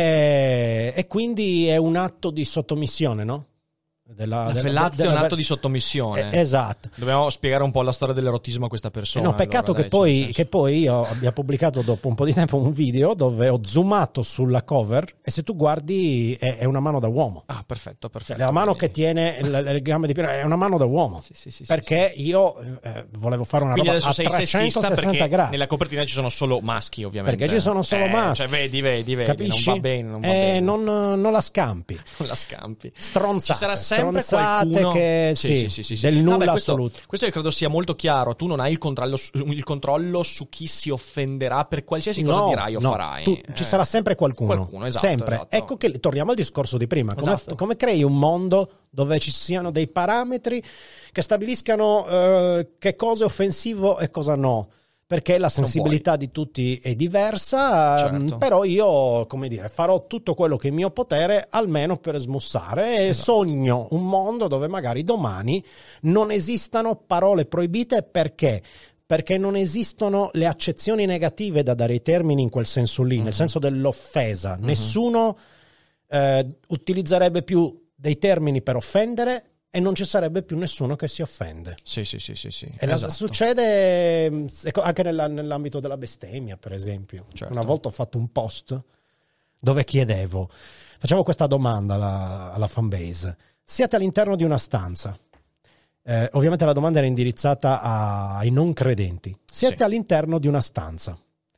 e quindi è un atto di sottomissione, no? La fellazio è un atto di sottomissione. Esatto. Dobbiamo spiegare un po' la storia dell'erotismo a questa persona. No, peccato allora, che poi io abbia pubblicato dopo un po' di tempo un video dove ho zoomato sulla cover e se tu guardi è una mano da uomo. Ah, perfetto. Cioè, la mano che tiene le gambe di Pinocchio è una mano da uomo. Sì, perché io volevo fare una roba a 360 gradi. Nella copertina ci sono solo maschi, ovviamente. Perché ci sono solo maschi. Cioè, vedi. Capisci? Non va bene. Non la scampi. Non la scampi. Stronzate. Ci sarà sempre qualcuno che sì. del nulla assoluto. Questo io credo sia molto chiaro. Tu non hai il controllo su chi si offenderà per qualsiasi cosa dirai o farai. Ci sarà sempre qualcuno, esatto, sempre. Esatto. Ecco che torniamo al discorso di prima. Esatto. Come crei un mondo dove ci siano dei parametri che stabiliscano che cosa è offensivo e cosa no? Perché la sensibilità di tutti è diversa, certo. Però io, farò tutto quello che è in mio potere almeno per smussare e sogno un mondo dove magari domani non esistano parole proibite. Perché non esistono le accezioni negative da dare ai termini in quel senso lì, nel senso dell'offesa. Nessuno utilizzerebbe più dei termini per offendere e non ci sarebbe più nessuno che si offende. Sì. E esatto. Succede anche nell'ambito della bestemmia, per esempio. Certo. Una volta ho fatto un post dove facevo questa domanda alla fanbase. Siete all'interno di una stanza. Ovviamente la domanda era indirizzata ai non credenti. Siete all'interno di una stanza.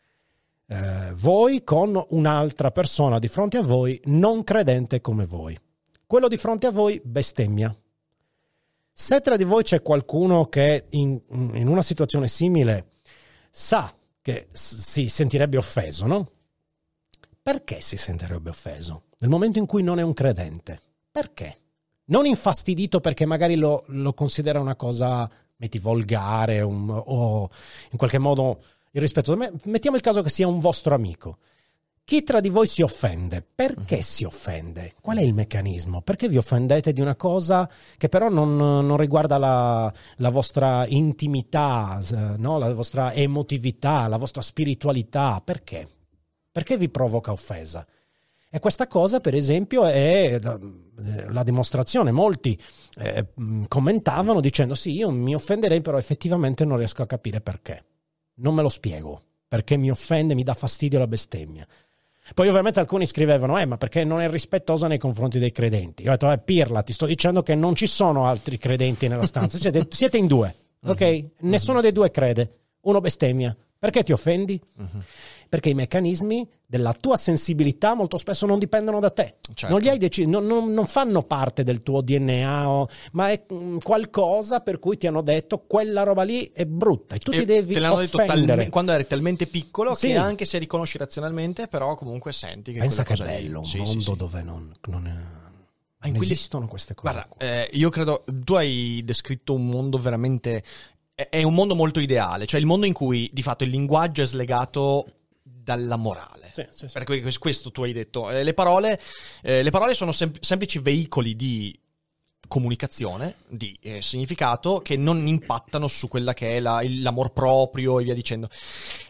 Voi con un'altra persona di fronte a voi non credente come voi. Quello di fronte a voi bestemmia. Se tra di voi c'è qualcuno che in una situazione simile sa che si sentirebbe offeso, no? Perché si sentirebbe offeso? Nel momento in cui non è un credente. Perché? Non infastidito perché magari lo considera una cosa, volgare o in qualche modo irrispettoso. Mettiamo il caso che sia un vostro amico. Chi tra di voi si offende? Perché si offende? Qual è il meccanismo? Perché vi offendete di una cosa che però non riguarda la vostra intimità, no? La vostra emotività, la vostra spiritualità? Perché? Perché vi provoca offesa? E questa cosa, per esempio, è la dimostrazione. Molti commentavano dicendo sì, io mi offenderei, però effettivamente non riesco a capire perché. Non me lo spiego. Perché mi offende, mi dà fastidio la bestemmia. Poi ovviamente alcuni scrivevano ma perché non è rispettosa nei confronti dei credenti. Io ho detto pirla, ti sto dicendo che non ci sono altri credenti nella stanza, siete in due, ok? Nessuno dei due crede, uno bestemmia. Perché ti offendi? Perché i meccanismi della tua sensibilità molto spesso non dipendono da te. Certo. Non li hai non fanno parte del tuo DNA, ma è qualcosa per cui ti hanno detto quella roba lì è brutta e tu ti devi te l'hanno offendere. detto quando eri talmente piccolo sì. Che anche se riconosci razionalmente, però comunque senti che pensa che è cosa bello un mondo dove non esistono queste cose. Guarda, io credo tu hai descritto un mondo veramente è un mondo molto ideale, cioè il mondo in cui di fatto il linguaggio è slegato dalla morale. Sì. Perché questo tu hai detto. Le parole sono semplici veicoli di comunicazione, di significato che non impattano su quella che è l'amor proprio e via dicendo.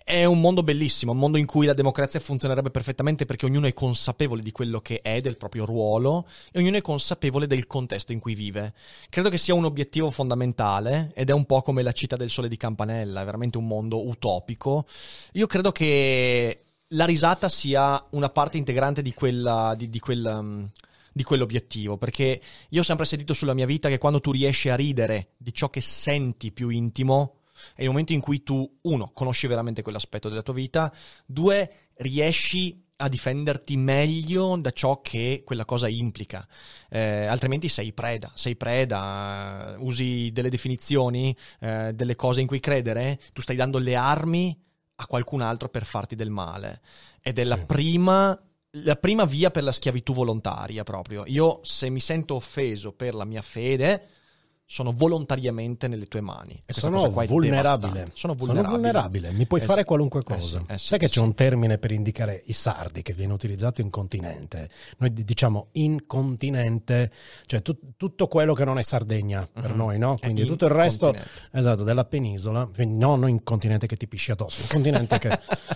È un mondo bellissimo, un mondo in cui la democrazia funzionerebbe perfettamente perché ognuno è consapevole di quello che è, del proprio ruolo, e ognuno è consapevole del contesto in cui vive. Credo che sia un obiettivo fondamentale, ed è un po' come la Città del Sole di Campanella, è veramente un mondo utopico. Io credo che la risata sia una parte integrante di quell'obiettivo, perché io ho sempre sentito sulla mia vita che quando tu riesci a ridere di ciò che senti più intimo è il momento in cui tu, 1, conosci veramente quell'aspetto della tua vita, 2, riesci a difenderti meglio da ciò che quella cosa implica, altrimenti sei preda, usi delle definizioni, delle cose in cui credere, tu stai dando le armi a qualcun altro per farti del male, ed è la prima via per la schiavitù volontaria proprio. Io, se mi sento offeso per la mia fede, sono volontariamente nelle tue mani. E sono vulnerabile. Sono vulnerabile. Mi puoi fare qualunque cosa. Sì, Sai che c'è un termine per indicare i sardi che viene utilizzato in continente. Noi diciamo incontinente, cioè tutto quello che non è Sardegna per noi, no? Quindi tutto il resto, esatto, della penisola. Quindi non in continente che ti pisci addosso, un continente che...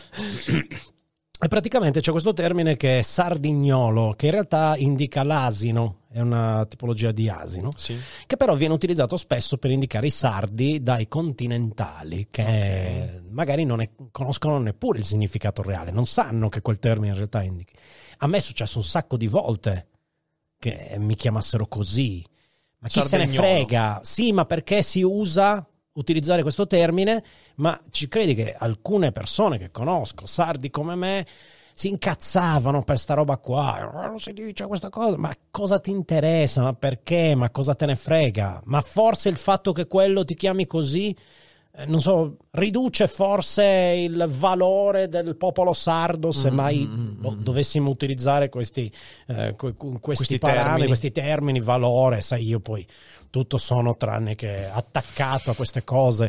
E praticamente c'è questo termine che è sardignolo, che in realtà indica l'asino, è una tipologia di asino, sì, che però viene utilizzato spesso per indicare i sardi dai continentali, che magari non conoscono neppure il significato reale, non sanno che quel termine in realtà indica. A me è successo un sacco di volte che mi chiamassero così, ma chi se ne frega? Sì, ma perché si usa utilizzare questo termine? Ma ci credi che alcune persone che conosco, sardi come me, si incazzavano per sta roba qua? Non si dice questa cosa, ma cosa ti interessa? Ma perché? Ma cosa te ne frega? Ma forse il fatto che quello ti chiami così, non so, riduce forse il valore del popolo sardo, se mai dovessimo utilizzare questi parametri, questi termini, valore, sai, io poi tutto sono tranne che attaccato a queste cose.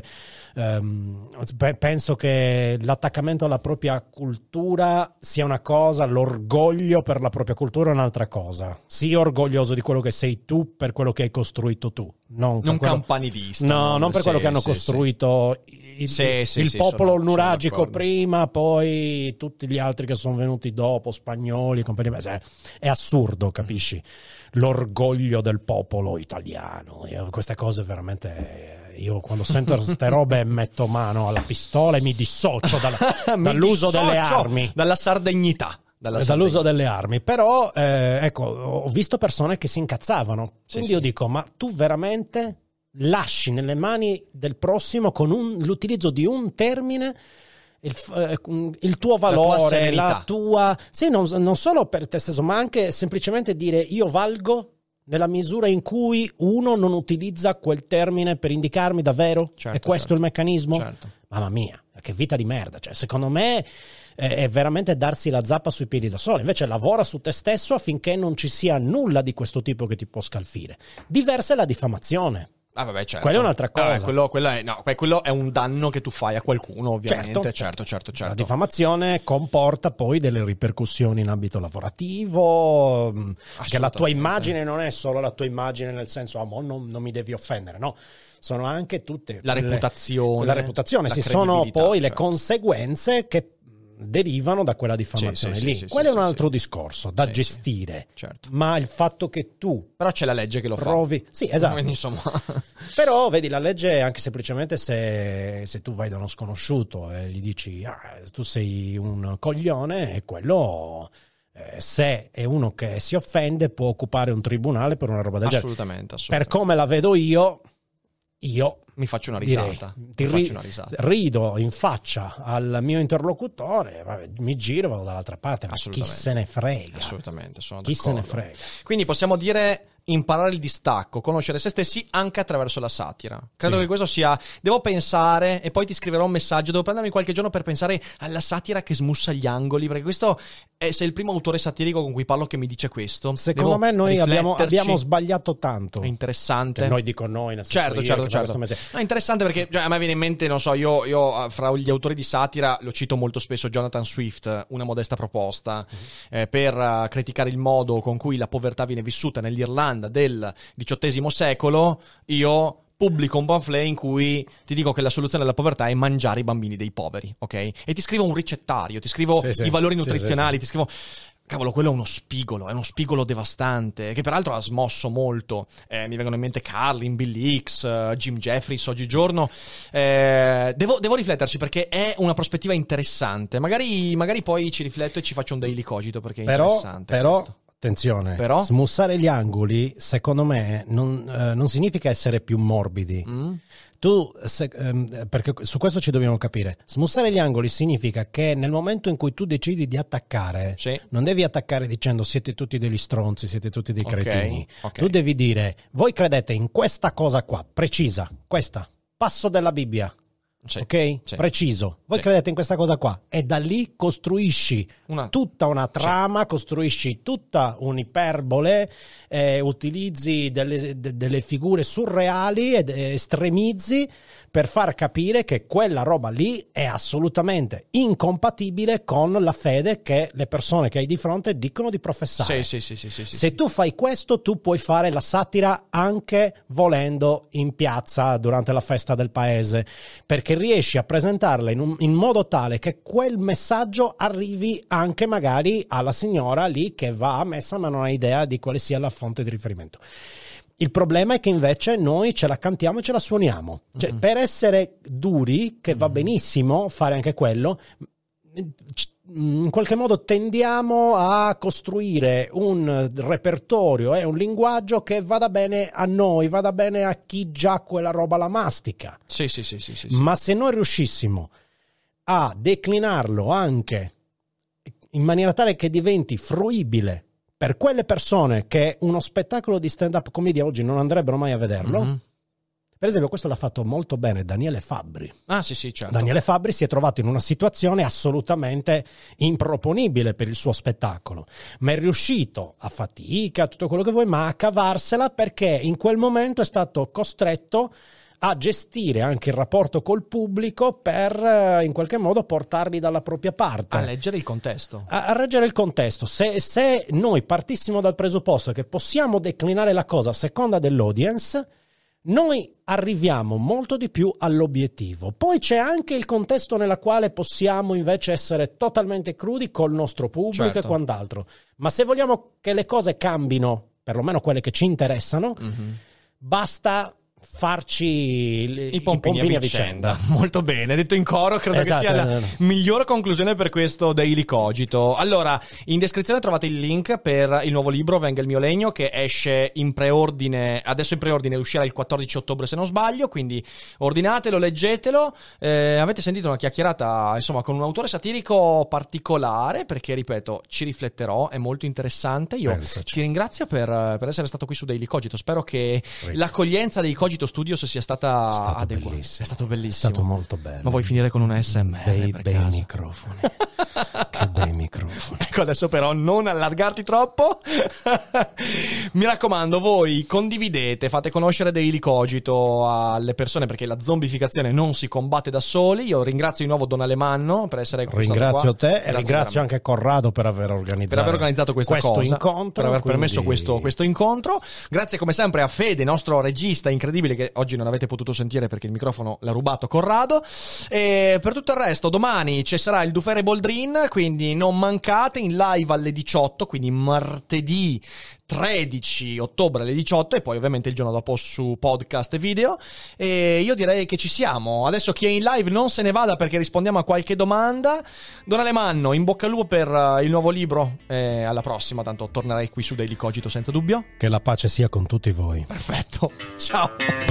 Penso che l'attaccamento alla propria cultura sia una cosa, l'orgoglio per la propria cultura è un'altra cosa. Sii orgoglioso di quello che sei tu per quello che hai costruito tu. Non campanilista. No, non per quello che hanno costruito il popolo nuragico prima, poi tutti gli altri che sono venuti dopo, spagnoli, compagnia. È assurdo, capisci? L'orgoglio del popolo italiano. Queste cose veramente... Io quando sento queste robe metto mano alla pistola e mi dissocio dall'uso delle armi. Dalla sardegnità. Dall'uso delle armi. Però, ecco, ho visto persone che si incazzavano. Quindi io dico, ma tu veramente lasci nelle mani del prossimo con l'utilizzo di un termine il tuo valore, la tua... Sì, non solo per te stesso, ma anche semplicemente dire io valgo nella misura in cui uno non utilizza quel termine per indicarmi davvero? È questo il meccanismo? Certo. Mamma mia, che vita di merda. Cioè, secondo me è veramente darsi la zappa sui piedi da soli. Invece lavora su te stesso affinché non ci sia nulla di questo tipo che ti può scalfire. Diversa è la diffamazione. Ah, vabbè, certo. Quella è un'altra cosa. Quello è un danno che tu fai a qualcuno, ovviamente. Certo. La diffamazione comporta poi delle ripercussioni in ambito lavorativo, che la tua immagine non è solo la tua immagine nel senso, non mi devi offendere, no? Sono anche tutte la reputazione, ci sono poi le conseguenze che derivano da quella diffamazione lì. Quello è un altro discorso da gestire. Certo. Ma il fatto che tu però c'è la legge che lo provi... fa. Sì, esatto. Quindi, insomma... Però vedi, la legge anche semplicemente se tu vai da uno sconosciuto e gli dici tu sei un coglione, e quello se è uno che si offende può occupare un tribunale per una roba del genere. Assolutamente. Per come la vedo io mi faccio una risata. Rido in faccia al mio interlocutore, mi giro e vado dall'altra parte. Ma chi se ne frega? Assolutamente, sono chi d'accordo. Se ne frega? Quindi possiamo dire imparare il distacco, conoscere se stessi anche attraverso la satira. Credo che questo sia... Devo pensare, e poi ti scriverò un messaggio, devo prendermi qualche giorno per pensare alla satira che smussa gli angoli, perché questo sei il primo autore satirico con cui parlo che mi dice questo. Secondo me noi abbiamo sbagliato tanto. È interessante. Noi dico noi, nel certo. È interessante perché a me viene in mente, non so, io fra gli autori di satira lo cito molto spesso Jonathan Swift, Una modesta proposta, per criticare il modo con cui la povertà viene vissuta nell'Irlanda del XVIII secolo. Io pubblico un pamphlet in cui ti dico che la soluzione della povertà è mangiare i bambini dei poveri, ok? E ti scrivo un ricettario, ti scrivo i valori nutrizionali, ti scrivo... Cavolo, quello è uno spigolo devastante, che peraltro ha smosso molto. Mi vengono in mente Carlin, Bill Hicks, Jim Jeffries oggigiorno. Devo rifletterci perché è una prospettiva interessante. Magari poi ci rifletto e ci faccio un daily cogito perché è interessante. Però attenzione, smussare gli angoli, secondo me, non significa essere più morbidi. Perché su questo ci dobbiamo capire. Smussare gli angoli significa che nel momento in cui tu decidi di attaccare, non devi attaccare dicendo siete tutti degli stronzi, siete tutti dei cretini. Tu devi dire, voi credete in questa cosa qua, precisa, questa, passo della Bibbia. Preciso. Voi credete in questa cosa qua e da lì costruisci tutta una trama, costruisci tutta un'iperbole, utilizzi delle figure surreali ed estremizzi per far capire che quella roba lì è assolutamente incompatibile con la fede che le persone che hai di fronte dicono di professare. Se tu fai questo, tu puoi fare la satira anche volendo in piazza durante la festa del paese, perché riesci a presentarla in modo tale che quel messaggio arrivi anche magari alla signora lì che va a messa ma non ha idea di quale sia la fonte di riferimento. Il problema è che invece noi ce la cantiamo e ce la suoniamo. Cioè, per essere duri, che va benissimo fare anche quello, in qualche modo tendiamo a costruire un repertorio e un linguaggio che vada bene a noi, vada bene a chi già quella roba la mastica. Sì. Ma se noi riuscissimo a declinarlo anche in maniera tale che diventi fruibile per quelle persone che uno spettacolo di stand-up commedia oggi non andrebbero mai a vederlo. Per esempio, questo l'ha fatto molto bene Daniele Fabbri. Certo. Daniele Fabbri si è trovato in una situazione assolutamente improponibile per il suo spettacolo, ma è riuscito a fatica, tutto quello che vuoi, ma a cavarsela perché in quel momento è stato costretto a gestire anche il rapporto col pubblico per in qualche modo portarli dalla propria parte. A leggere il contesto. A leggere il contesto. Se noi partissimo dal presupposto che possiamo declinare la cosa a seconda dell'audience, noi arriviamo molto di più all'obiettivo. Poi c'è anche il contesto nella quale possiamo invece essere totalmente crudi col nostro pubblico e quant'altro. Ma se vogliamo che le cose cambino, perlomeno quelle che ci interessano, basta farci i pompini a vicenda. Molto bene, detto in coro, credo che sia la migliore conclusione per questo Daily Cogito. Allora, in descrizione trovate il link per il nuovo libro Venga il mio legno, che esce in preordine, adesso in preordine, uscirà il 14 ottobre se non sbaglio, quindi ordinatelo, leggetelo. Avete sentito una chiacchierata, insomma, con un autore satirico particolare, perché ripeto, ci rifletterò, è molto interessante. Io ti ringrazio per essere stato qui su Daily Cogito. Spero che l'accoglienza dei Cogito Studios sia stata adeguata. È stato bellissimo. È stato molto bello. Ma vuoi finire con un ASMR? Bei microfoni. Che bei microfoni. Ecco, adesso però non allargarti troppo. Mi raccomando, voi condividete, fate conoscere Daily Cogito alle persone, perché la zombificazione non si combatte da soli. Io ringrazio di nuovo Don Alemanno per essere qui. Ringrazio te e ringrazio anche Corrado per aver organizzato questo incontro, per aver permesso questo incontro. Grazie come sempre a Fede, nostro regista incredibile, che oggi non avete potuto sentire perché il microfono l'ha rubato Corrado. E per tutto il resto, domani ci sarà il Dufere Boldrin, quindi non mancate, in live alle 18, quindi martedì 13 ottobre alle 18, e poi ovviamente il giorno dopo su podcast e video. E io direi che ci siamo. Adesso chi è in live non se ne vada, perché rispondiamo a qualche domanda. Don Alemanno, in bocca al lupo per il nuovo libro, alla prossima, tanto tornerai qui su Daily Cogito senza dubbio. Che la pace sia con tutti voi. Perfetto, ciao.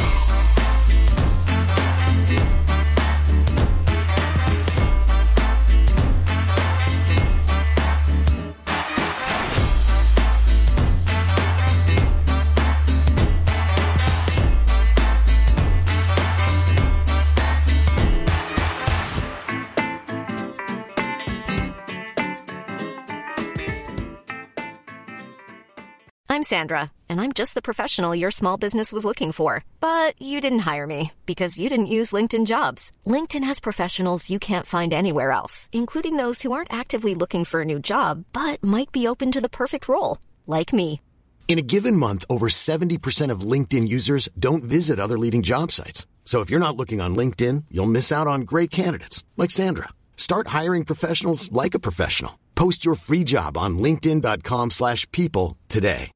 I'm Sandra, and I'm just the professional your small business was looking for. But you didn't hire me because you didn't use LinkedIn Jobs. LinkedIn has professionals you can't find anywhere else, including those who aren't actively looking for a new job, but might be open to the perfect role, like me. In a given month, over 70% of LinkedIn users don't visit other leading job sites. So if you're not looking on LinkedIn, you'll miss out on great candidates like Sandra. Start hiring professionals like a professional. Post your free job on linkedin.com/people today.